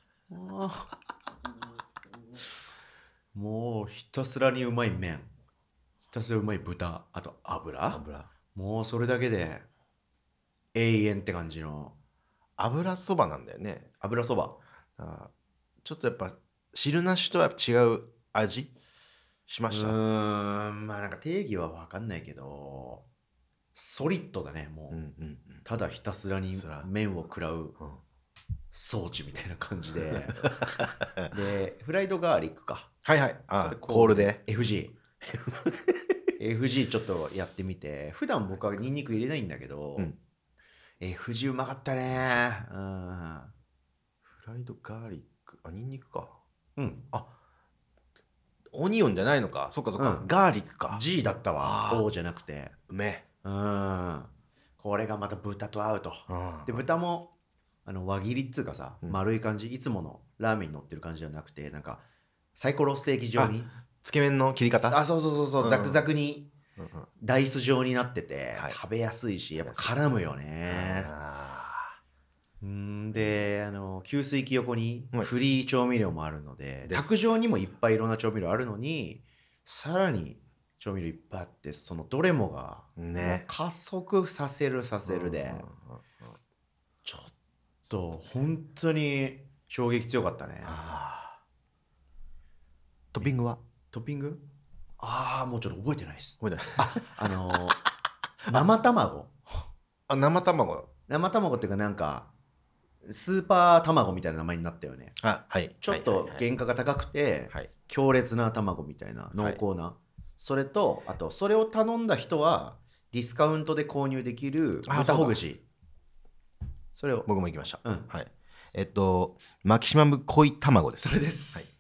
もうひたすらにうまい麺、ひたすらうまい豚、あと油、もうそれだけで永遠って感じの
油そばなんだよね。
油そば
ちょっとやっぱ汁なしとは違う味しました。
まあなんか定義は分かんないけどソリッドだね。もう、ただひたすらに麺を食らう装置みたいな感じででフライドガーリックか、
コールで
FG ちょっとやってみて、普段僕はニンニク入れないんだけど、FG うまかったね。
フライドガーリック、ニンニクか。 オニオンじゃないのか。そっかそっか、ガーリックか。
G だったわ。O じゃなくて。
うめ。
これがまた豚と合うと。で豚も輪切りっつうかさ、丸い感じ、いつものラーメンに乗ってる感じじゃなくて、なんかサイコロステーキ状に、
つけ麺の切り方、
そう、ザクザクにダイス状になってて、食べやすいし、やっぱ絡むよね。で給水器横にフリー調味料もあるので、卓上にもいっぱいいろんな調味料あるのに、さらに調味料いっぱいあって、そのどれもが加速させるで、ちょっと本当に衝撃強かったね。
トッピングは？
トッピングもうちょっと覚えてないです。
覚えてない
生卵
生卵
っていうか、なんかスーパー卵みたいな名前になったよね。ちょっと原価が高くて強烈な卵みたいな濃厚な、それとあとそれを頼んだ人はディスカウントで購入できる豚ほぐし、それを
僕も行きました。マキシマム濃い卵です。
それです。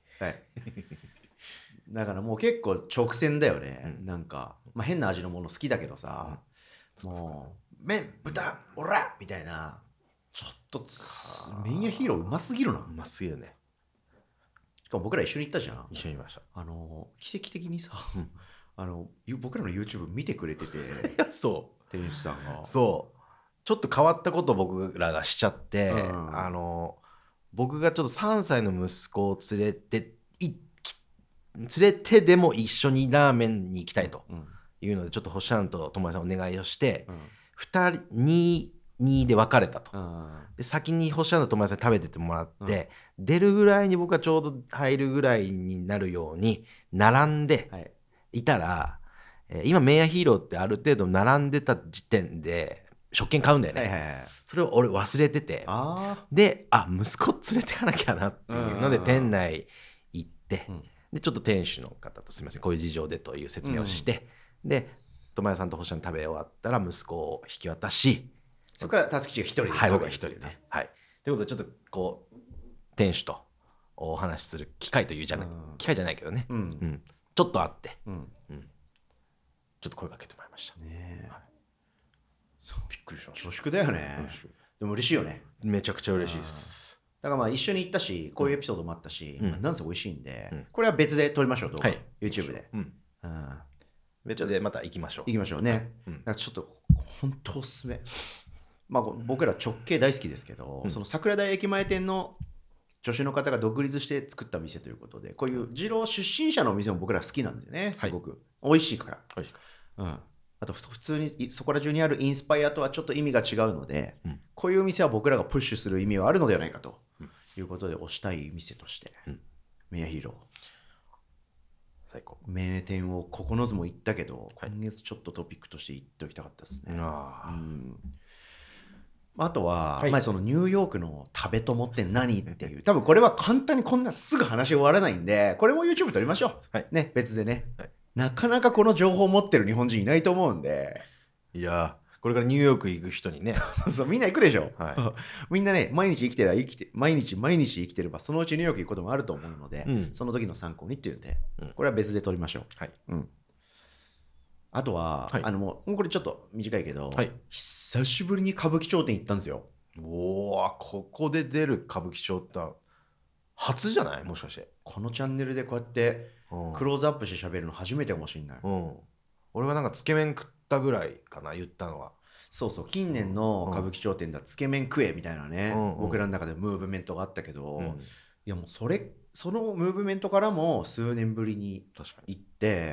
だからもう結構直線だよね。なんか変な味のもの好きだけどさ、もう麺豚オラみたいな、ちょっと麺屋ヒーローうますぎるな。
うますぎるね。
しかも僕ら一緒に行ったじゃん。
一緒にいました。
奇跡的にさ、僕らの YouTube 見てくれてて
そう
店主さんが
そうちょっと変わったことを僕らがしちゃって、僕がちょっと3歳の息子を連れてでも一緒にラーメンに行きたいというので、ちょっと星さんと友也さんお願いをして、2人2で分かれたと。で先に星さんと友也さんに食べててもらって、出るぐらいに僕がちょうど入るぐらいになるように並んでいたら、今麺屋ヒーローってある程度並んでた時点で食券買うんだよね。それを俺忘れてて、で息子連れてかなきゃなっていうので店内行って、でちょっと店主の方とすみませんこういう事情でという説明をして、で友也さんと星さん食べ終わったら息子を引き渡し、
そこからたつきちが一人で、
僕は一人でね。ということでちょっとこう店主とお話しする機会という機会じゃないけどね、ちょっと会って、ちょっと声かけてもらいましたね。びっくりしました。
恐縮だよね。でも嬉しいよね。
めちゃくちゃ嬉しいです。
だから一緒に行ったし、こういうエピソードもあったし、なんせ美味しいんで、これは別で撮りましょう、動画、YouTube で。
別でまた行きましょう。
行きましょうね。ちょっと本当おすすめ。僕ら直系大好きですけど、その桜台駅前店の女子の方が独立して作った店ということで、こういう二郎出身者のお店も僕ら好きなんでね、すごく美味しいから。あと普通にそこら中にあるインスパイアとはちょっと意味が違うので、こういう店は僕らがプッシュする意味はあるのではないかということで、推したい店として麺屋ヒーロー
最高。
名店を9つも行ったけど、今月ちょっとトピックとして言っておきたかったですね。あとは、そのニューヨークの食べ友って何っていう、多分これは簡単にこんなすぐ話終わらないんで、これも YouTube 撮りましょう、ね、別でね、なかなかこの情報を持ってる日本人いないと思うんで。
いやこれからニューヨーク行く人にね
そうみんな行くでしょ、みんなね毎日毎日生きてればそのうちニューヨーク行くこともあると思うので、その時の参考にっていうんで、これは別で撮りましょう。あとは、もうこれちょっと短いけど、久しぶりに歌舞伎町店行ったんですよ。
ここで出る歌舞伎町って初じゃない？もしかして
このチャンネルでこうやってクローズアップして喋るの初めてかもしれない。
俺はなんかつけ麺食ったぐらいかな、言ったのは。
そう近年の歌舞伎町店ではつけ麺食えみたいなね、僕らの中でムーブメントがあったけど、いやもうそのムーブメントからも数年ぶりに行って、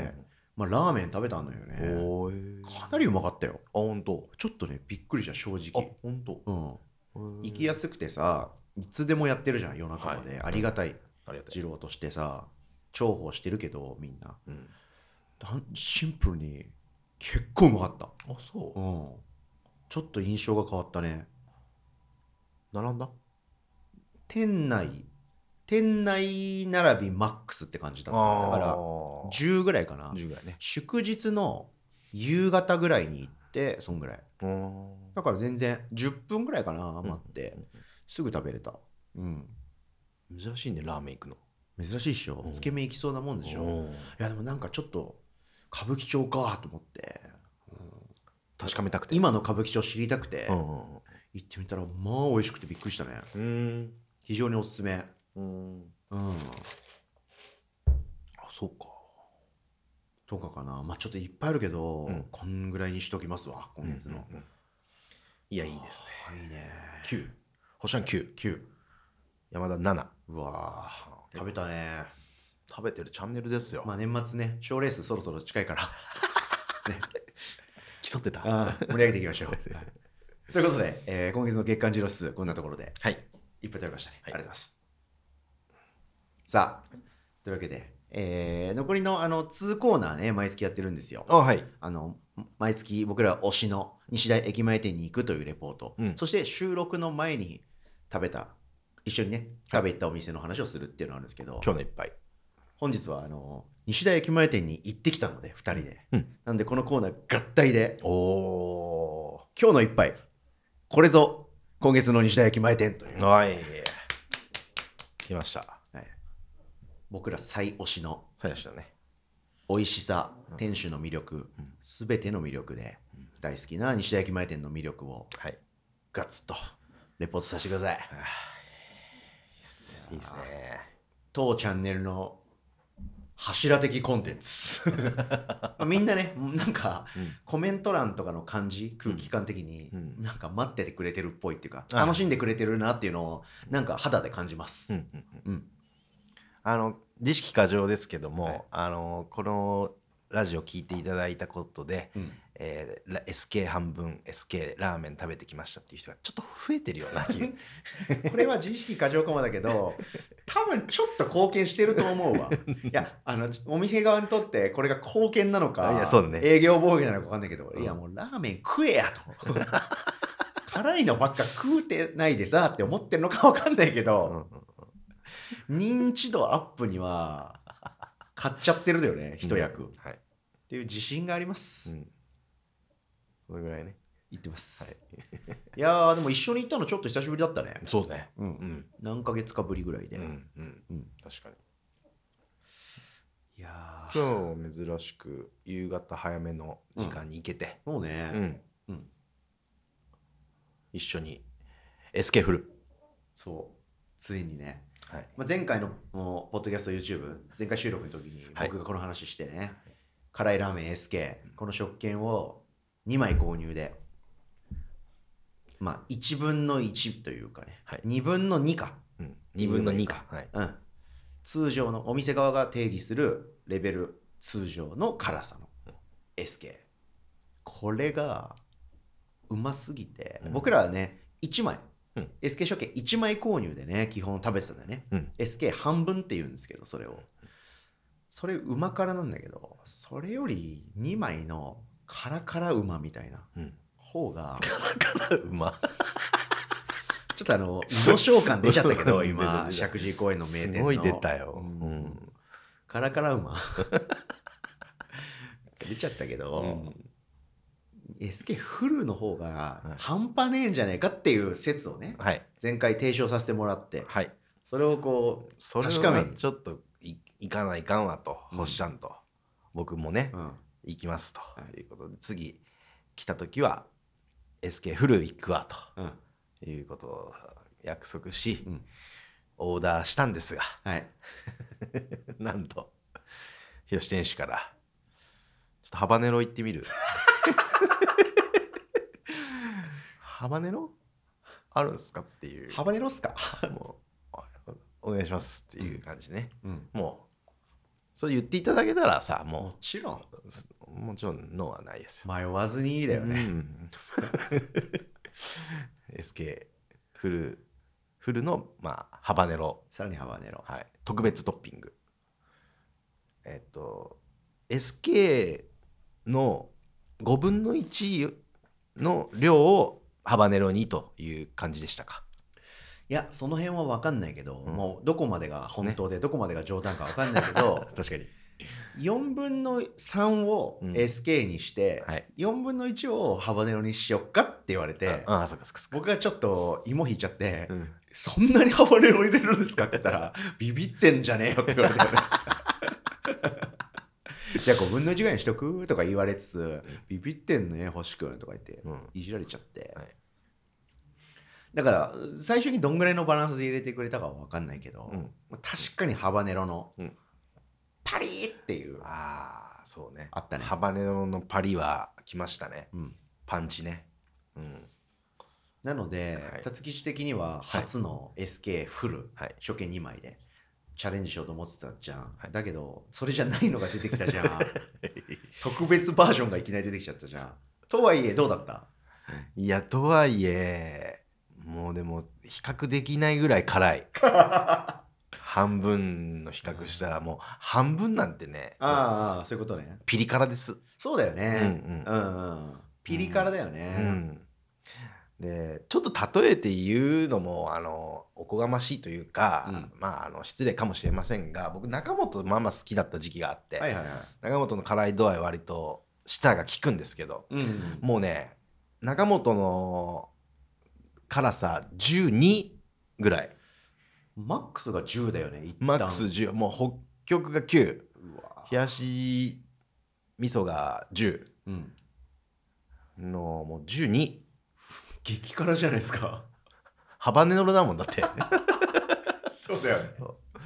ラーメン食べたのよね。かなりうまかったよ。
本当。
ちょっとねびっくりした、正直。
本当。
行きやすくてさ、いつでもやってるじゃん夜中まで。ありがたい二郎としてさ、重宝してるけどみんな、シンプルに結構うまかった。ちょっと印象が変わったね。
並んだ？
店内並びマックスって感じだった。だから10ぐらいかな。
10ぐらいね。
祝日の夕方ぐらいに行ってそんぐらい。だから全然10分ぐらいかな、待って、すぐ食べれた。
珍しいねラーメン行くの。
珍しいっしょ。つけ麺いきそうなもんでしょ。いやでもなんかちょっと歌舞伎町かと思って、
確かめたくて、
今の歌舞伎町知りたくて、行ってみたらまあ美味しくてびっくりしたね。非常におすすめ。
そうか
とかかな。まあちょっといっぱいあるけど、こんぐらいにしときますわ、今月の。
いや、いいですね。
いいね。
9。星さん9。山田7。
うわ食べたね。
食べてるチャンネルですよ。
まあ年末ね、賞レースそろそろ近いから。
ね、競ってた。
盛り上げていきましょう。ということで、今月の月間ジロ数、こんなところで、
はい、
いっぱい食べましたね。ありがとうございます。さあ、というわけで、残りの2コーナーね、毎月やってるんですよ。
はい。
毎月僕ら推しの西大駅前店に行くというレポート、そして収録の前に一緒にね、食べ行ったお店の話をするっていうのがあるんですけど、
今日の一杯。
本日は西大駅前店に行ってきたので、2人で。なので、このコーナー合体で、今日の一杯、これぞ今月の西大駅前店という。
はい。来ました。
はい、僕ら最推しの。
最推しだね。
美味しさ、店主の魅力、すべての魅力で、大好きな西大駅前店の魅力を、ガツッとレポートさせてください。
いいですね。
当チャンネルの柱的コンテンツみんなね、なんか、コメント欄とかの感じ、空気感的に、なんか待っててくれてるっぽいっていうか、楽しんでくれてるなっていうのをなんか肌で感じます。
自意識過剰ですけども、このラジオ聞いていただいたことで、SK 半分 SK ラーメン食べてきましたっていう人がちょっと増えてるような気が
これは自意識過剰かもだけど、多分ちょっと貢献してると思うわ。いや、お店側にとってこれが貢献なのか、営業妨害なのか分かんないけど、いやもうラーメン食えやと辛いのばっか食うてないでさって思ってるのか分かんないけど、認知度アップには買っちゃってるよね、一役、っていう自信があります。
それぐらいね。
言ってます。いやー、でも一緒に行ったのちょっと久しぶりだったね。
そうね。
何ヶ月かぶりぐらいで。
確かに。
いや
今日珍しく夕方早めの時間に行けて。
そうね。
一緒に SK フル。
そう。ついにね。前回のポッドキャスト YouTube、前回収録の時に僕がこの話してね、辛いラーメン SK、この食券を2枚購入で、まあ1分の1というかね、2分の2か。
2分の2か。
通常のお店側が定義するレベル通常の辛さの SK。これがうますぎて、僕らはね、1枚。SK 食券1枚購入でね、基本食べてたんだよね。SK 半分って言うんですけど、それうま辛なんだけど、それより2枚のカラカラうまみたいな方が、
カラカラうま
ちょっと宇野召喚出ちゃったけど今石神井公園の名店の
すごい出たよ、
カラカラうま出ちゃったけど、SK フルの方が半端ねえんじゃねえかっていう説をね、前回提唱させてもらって、それをこう確かめに
ちょっと行かないかんわと、ほっしゃんと僕もね、行きますということで、次来た時は SK フル行くわということを約束し、オーダーしたんですが、なんと広志店主からちょっとハバネロ行ってみるハバネロあるんすかっていう。
ハバネロっすか
もうお願いしますっていう感じね、もうそう言っていただけたらさ、も
ちろん
ノーはないですよ。
迷わずにいいだよね、
SK フルの、ハバネロ、
さらにハバネロ、
特別トッピング、SK の5分の1の量をハバネロにという感じでしたか？
いや、その辺は分かんないけど、もうどこまでが本当で、どこまでが冗談か分かんないけど
確かに
4分の3を SK にして、4分の1をハバネロにしよっかって言われて、僕がちょっと芋引いちゃって、 そんなにハバネロ入れるんですかって言ったらビビってんじゃねえよって言われたよねじゃあ5分の1ぐらいにしとくとか言われつつ、ビビってんね星くんとか言っていじられちゃって、だから最初にどんぐらいのバランスで入れてくれたかは分かんないけど、確かにハバネロのパリーっていう、
そうね、
あったね。
ハバネロのパリは来ましたね、パンチね。
なので辰吉的には初の SK フル、初見2枚でチャレンジしようと思ってたじゃん、だけどそれじゃないのが出てきたじゃん特別バージョンがいきなり出てきちゃったじゃん。とはいえどうだった？
いや、とはいえもうでも比較できないぐらい辛い半分の比較したらもう半分なんてね、
そういうことね。
ピリ辛です。
そうだよね、ピリ辛だよね、
でちょっと例えて言うのもおこがましいというか、失礼かもしれませんが、僕中本まあまあ好きだった時期があって、中本の辛い度合い割と舌が効くんですけど、もうね中本の辛さ12ぐらい、
マックスが10だよね。
マックス10、もう北極が9、冷やし味噌が10、のもう12、
激辛じゃないですか。
ハバネロだもんだって
そうだよね。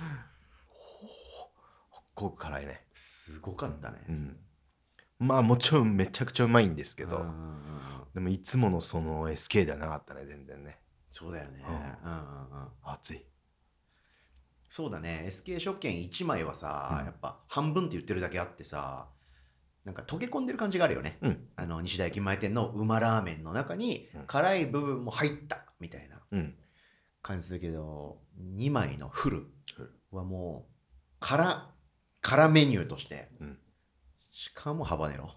すごく辛いね。
すごかったね、
まあもちろんめちゃくちゃうまいんですけど、でもいつものその SK ではなかったね、全然ね。
そうだよね、
熱い。
そうだね。 SK 食券1枚はさ、やっぱ半分って言ってるだけあってさ、なんか溶け込んでる感じがあるよね、西田駅前店の馬ラーメンの中に辛い部分も入ったみたいな感じするけど、2枚のフルはもう辛メニューとして、しかもハバネロ、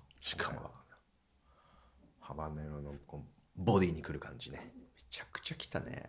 ハバネロのボディにくる感じね。
めちゃくちゃきたね。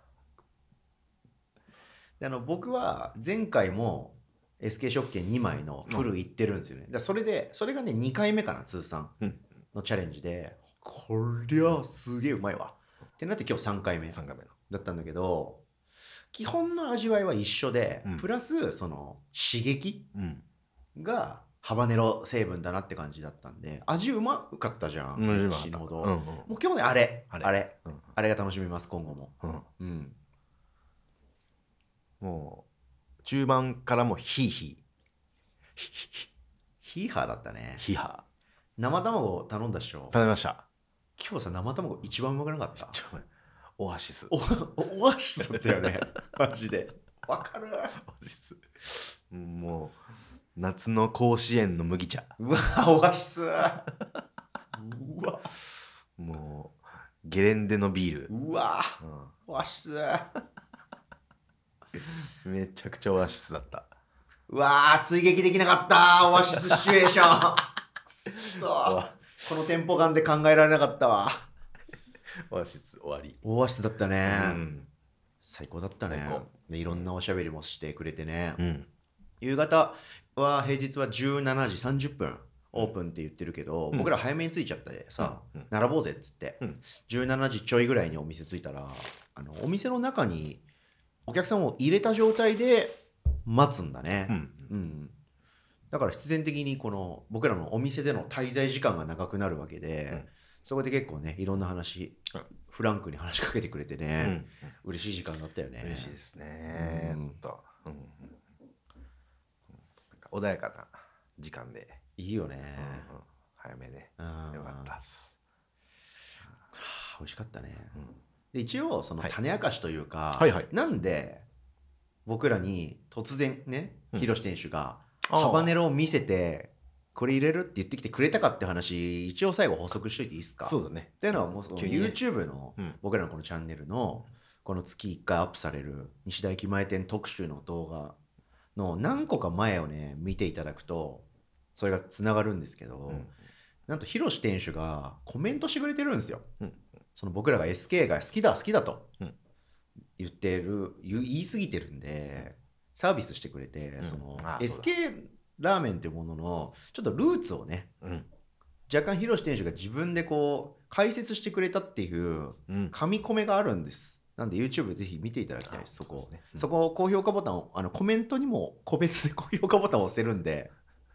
で僕は前回もSK 食券2枚のフルいってるんですよね。だそれがね2回目かな、通算のチャレンジで、こりゃすげえうまいわってなって今日3回目だったんだけど、基本の味わいは一緒で、プラスその刺激がハバネロ成分だなって感じだったんで、味うまかったじゃん、死ぬほど。もう今日ねあれが楽しみます、今後も。
もう中盤からもヒー
ハーだったね。
ヒーハ
ー。生卵頼んだっしょ。
頼みました。
今日さ生卵一番うまくなかった？
オアシス。
オアシスだったよねマジでわかる。
オアシス、もう夏の甲子園の麦茶。
うわオアシスうわ
もうゲレンデのビール。
うわ、オアシス
めちゃくちゃオアシスだった。
うわ追撃できなかったオアシスシチュエーションくそこのテンポ感で考えられなかったわ。
オアシス終わり。
オアシスだったね、最高だったね。でいろんなおしゃべりもしてくれてね、夕方は平日は17時30分オープンって言ってるけど、僕ら早めに着いちゃったでさ、並ぼうぜっつって、17時ちょいぐらいにお店着いたら、お店の中にお客さんを入れた状態で待つんだね、だから必然的にこの僕らのお店での滞在時間が長くなるわけで、そこで結構ねいろんな話、フランクに話しかけてくれてね、嬉しい時間だったよね。
嬉しいですね、穏やかな時間で
いいよね、
早めね、よかったっす。
美味しかったね、で一応その種明かしというか、なんで僕らに突然ねヒロシ店主がハバネロを見せてこれ入れるって言ってきてくれたかって話、一応最後補足しといていいですか？
そうだね。
っていうのはもうYouTube の僕らのこのチャンネルのこの月1回アップされる西田駅前店特集の動画の何個か前をね見ていただくとそれがつながるんですけど、なんとヒロシ店主がコメントしてくれてるんですよ、その僕らが SK が好きだと言い過ぎてるんでサービスしてくれて、その SK ラーメンというもののちょっとルーツをね、若干ヒロシ店主が自分でこう解説してくれたっていう紙コメがあるんです、 なんで YouTube でぜひ見ていただきたいです。そこ、ね、そこ高評価ボタンをコメントにも個別で高評価ボタンを押せるんで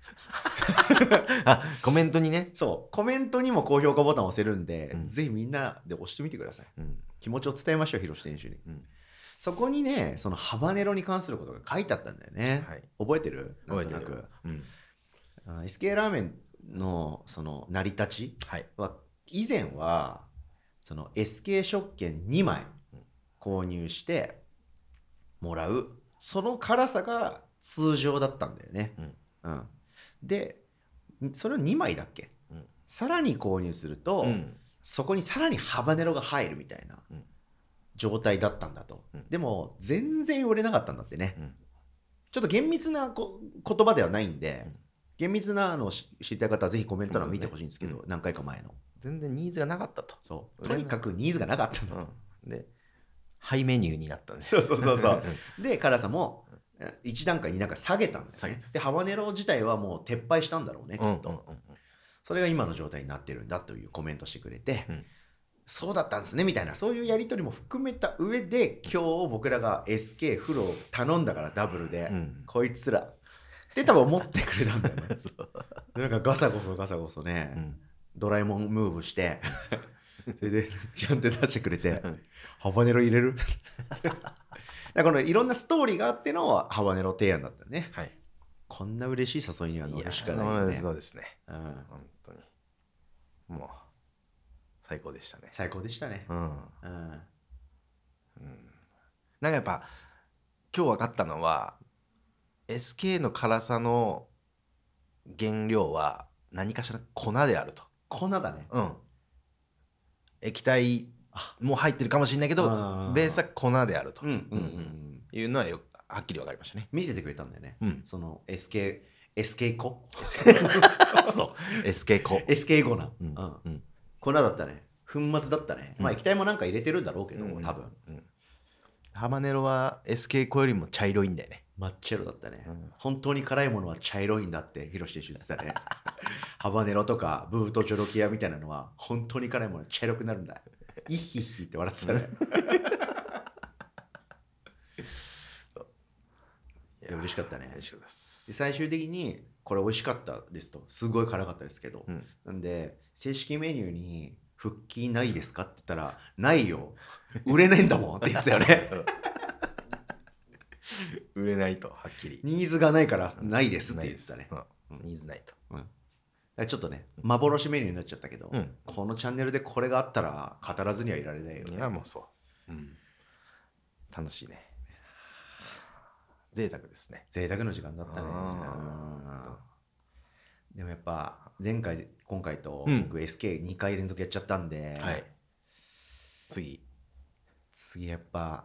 コメントにね、
そうコメントにも高評価ボタンを押せるんで、ぜひみんなで押してみてください、気持ちを伝えましょう、広志選手に、そこにね、そのハバネロに関することが書いてあったんだよね、覚えてる？
覚えてる。
SK ラーメンのその成り立ちは、以前はその SK 食券2枚購入してもらう、その辛さが通常だったんだよね、でそれを2枚だっけ、さらに購入すると、そこにさらにハバネロが入るみたいな状態だったんだと、でも全然売れなかったんだってね、ちょっと厳密な言葉ではないんで、厳密なのを知りたい方はぜひコメント欄見てほしいんですけど、何回か前の
全然ニーズがなかったと。
そうとにかくニーズがなかったんだと、
でハイメニューになったんですよ。
そうで辛さも1段階2段階下げたんですね。でハバネロ自体はもう撤廃したんだろうね、きっと、それが今の状態になってるんだというコメントしてくれて、そうだったんですねみたいな、そういうやり取りも含めた上で、今日僕らが SK フロを頼んだからダブルで、こいつらって多分思ってくれたんだよねなんかガサゴソね、ドラえもんムーブしてそれでちゃんと出してくれてハバネロ入れるだからこのいろんなストーリーがあってのハバネロ提案だったね、こんな嬉しい誘いには乗るしかないよね。
そうですね、本当にもう最高でしたね。
最高でしたね。
なんかやっぱ今日分かったのは SK の辛さの原料は何かしら粉であると。
粉だね。
液体も入ってるかもしれないけどベースは粉であるというのははっきり分かりましたね。
見せてくれたんだよね、その SK 粉
そう SK 粉
SK 粉な、粉だったね、粉末だったね、まあ液体もなんか入れてるんだろうけど、多分、
ハバネロは SK 粉よりも茶色いんだよね。
真っ茶色だったね、本当に辛いものは茶色いんだってヒロシ選手言ってたねハバネロとかブートジョロキアみたいなのは本当に辛いものは茶色くなるんだ、イヒヒって笑ってたねで嬉しかったね。で最終的にこれ美味しかったですと、すごい辛かったですけど、なんで正式メニューに復帰ないですかって言ったら、ないよ売れないんだもんって言ってたよね
売れないと、はっきり
ニーズがないからないですって言ってたね、
ニーズない
と、ちょっとね幻メニューになっちゃったけど、このチャンネルでこれがあったら語らずにはいられないよね。
いやもうそう、楽しいね、贅沢ですね。
贅沢の時間だったね。でもやっぱ前回今回と僕 SK2 回連続やっちゃったんで、次やっぱ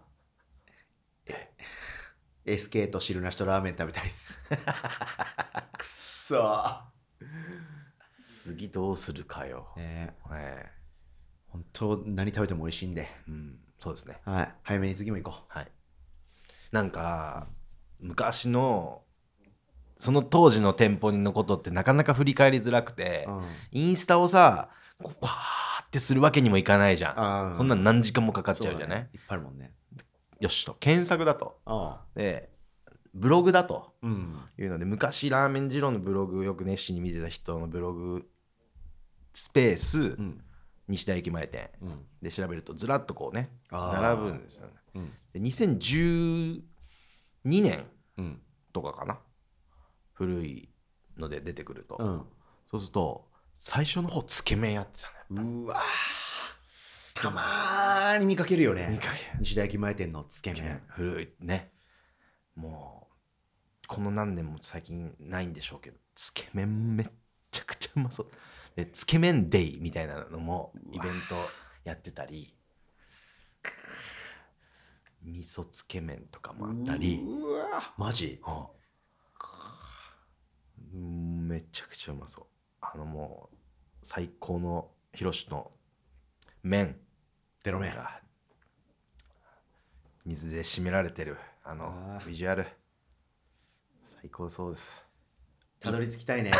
SK と汁なしとラーメン食べたいっすくっそー、
次どうするかよ、
本当何食べても美味しいんで、
そうですね、
早めに次も行こう。
なんか昔のその当時の店舗のことってなかなか振り返りづらくて、インスタをさこうパーってするわけにもいかないじゃん、そんな何時間もかかっちゃうじゃない、
いっぱいあるもんね。
よしと検索だと、でブログだというので、昔ラーメン二郎のブログよく熱心に見てた人のブログスペース、西田駅前店で調べるとずらっとこうね並ぶんですよね。で2012年とかかな、古いので出てくると、そうすると最初の方つけ麺やってたね。
うわたまーに見かけるよね、西田駅前店のつけ麺。
古いね、もうこの何年も最近ないんでしょうけど、つけ麺めっちゃくちゃうまそうで、つけ麺デイみたいなのもイベントやってたり、味噌つけ麺とかもあったり、
マジ、
めちゃくちゃうまそう。もう最高のヒロシの麺、
デロ麺
が水で締められてるビジュアル最高そうです。
たどり着きたいね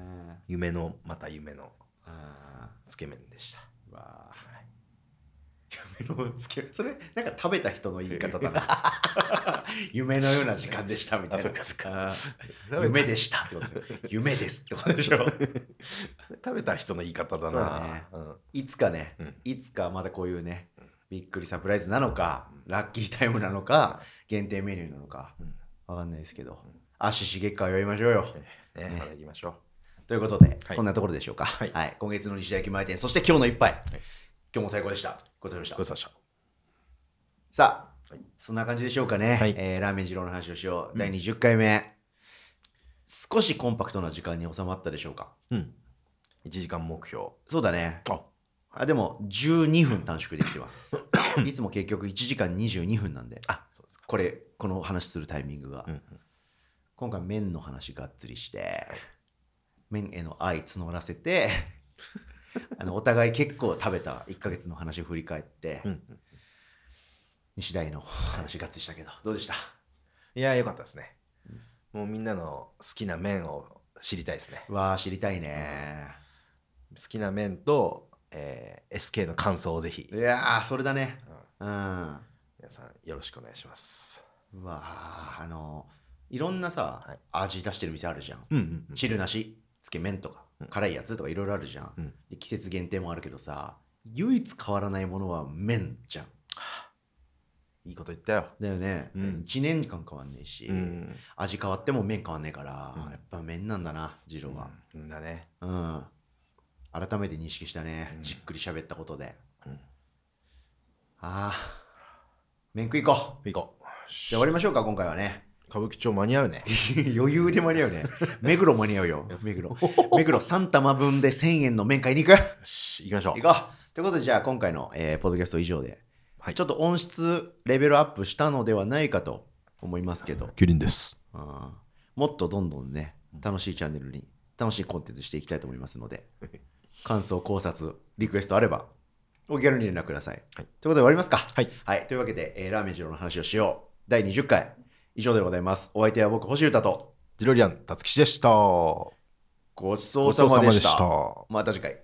夢のまた夢のつけ麺でした。
夢のつけ、それなんか食べた人の言い方だな。夢のような時間でしたみたいな。
そっかそっか。
夢でしたってこと夢ですってことでしょ。
食べた人の言い方だな。
ね、いつかね、いつかまだこういうね、びっくりサプライズなのか、ラッキータイムなのか、限定メニューなのか、わかんないですけど、足しげっか祝いましょうよ。
ね、まだ行きましょ
う。ということで、こんなところでしょうか。はい。今月の西田駅前店、そして今日の一杯。今日も最高でした。ごちそうさまでした。さあ、そんな感じでしょうかね。ラーメン二郎の話をしよう。第20回目。少しコンパクトな時間に収まったでしょうか。
1時間目標。
そうだね。でも12分短縮できてます。いつも結局1時間22分なんで。
そうですか。
この話するタイミングが。今回麺の話がっつりして、麺への愛募らせて、お互い結構食べた1ヶ月の話を振り返って、西大の話がっつりしたけど、どうでした？
いや、よかったですね。もうみんなの好きな麺を知りたいですね。
知りたいね。
好きな麺と、SK の感想をぜひ。
いやそれだね。皆
さんよろしくお願いします。
いろんなさ、味出してる店あるじゃん。汁なし、つけ麺とか、辛いやつとかいろいろあるじゃん。で季節限定もあるけどさ、唯一変わらないものは麺じゃん。
いいこと言ったよ。
だよね。1年間変わんねえし、味変わっても麺変わんねえから、やっぱ麺なんだな、二郎は。
だね。
改めて認識したね。じっくり喋ったことで。麺食い行こう。じゃあ終わりましょうか、今回はね。
歌舞伎町間に合うね。
余裕で間に合うね。目黒間に合うよ。目黒3玉分で1000円の麺買いに行く。
行きましょう。
行こう。ということで、じゃあ今回の、ポッドキャスト以上で、ちょっと音質レベルアップしたのではないかと思いますけど。
キリンです。
もっとどんどんね、楽しいチャンネルに、楽しいコンテンツしていきたいと思いますので、感想、考察、リクエストあれば、お気軽に連絡ください。ということで終わりますか。はい。というわけで、ラーメン二郎の話をしよう。第20回、以上でございます。お相手は僕、星歌と、
ジロリアン、たつきしでした。
ごちそうさまでした。また次回。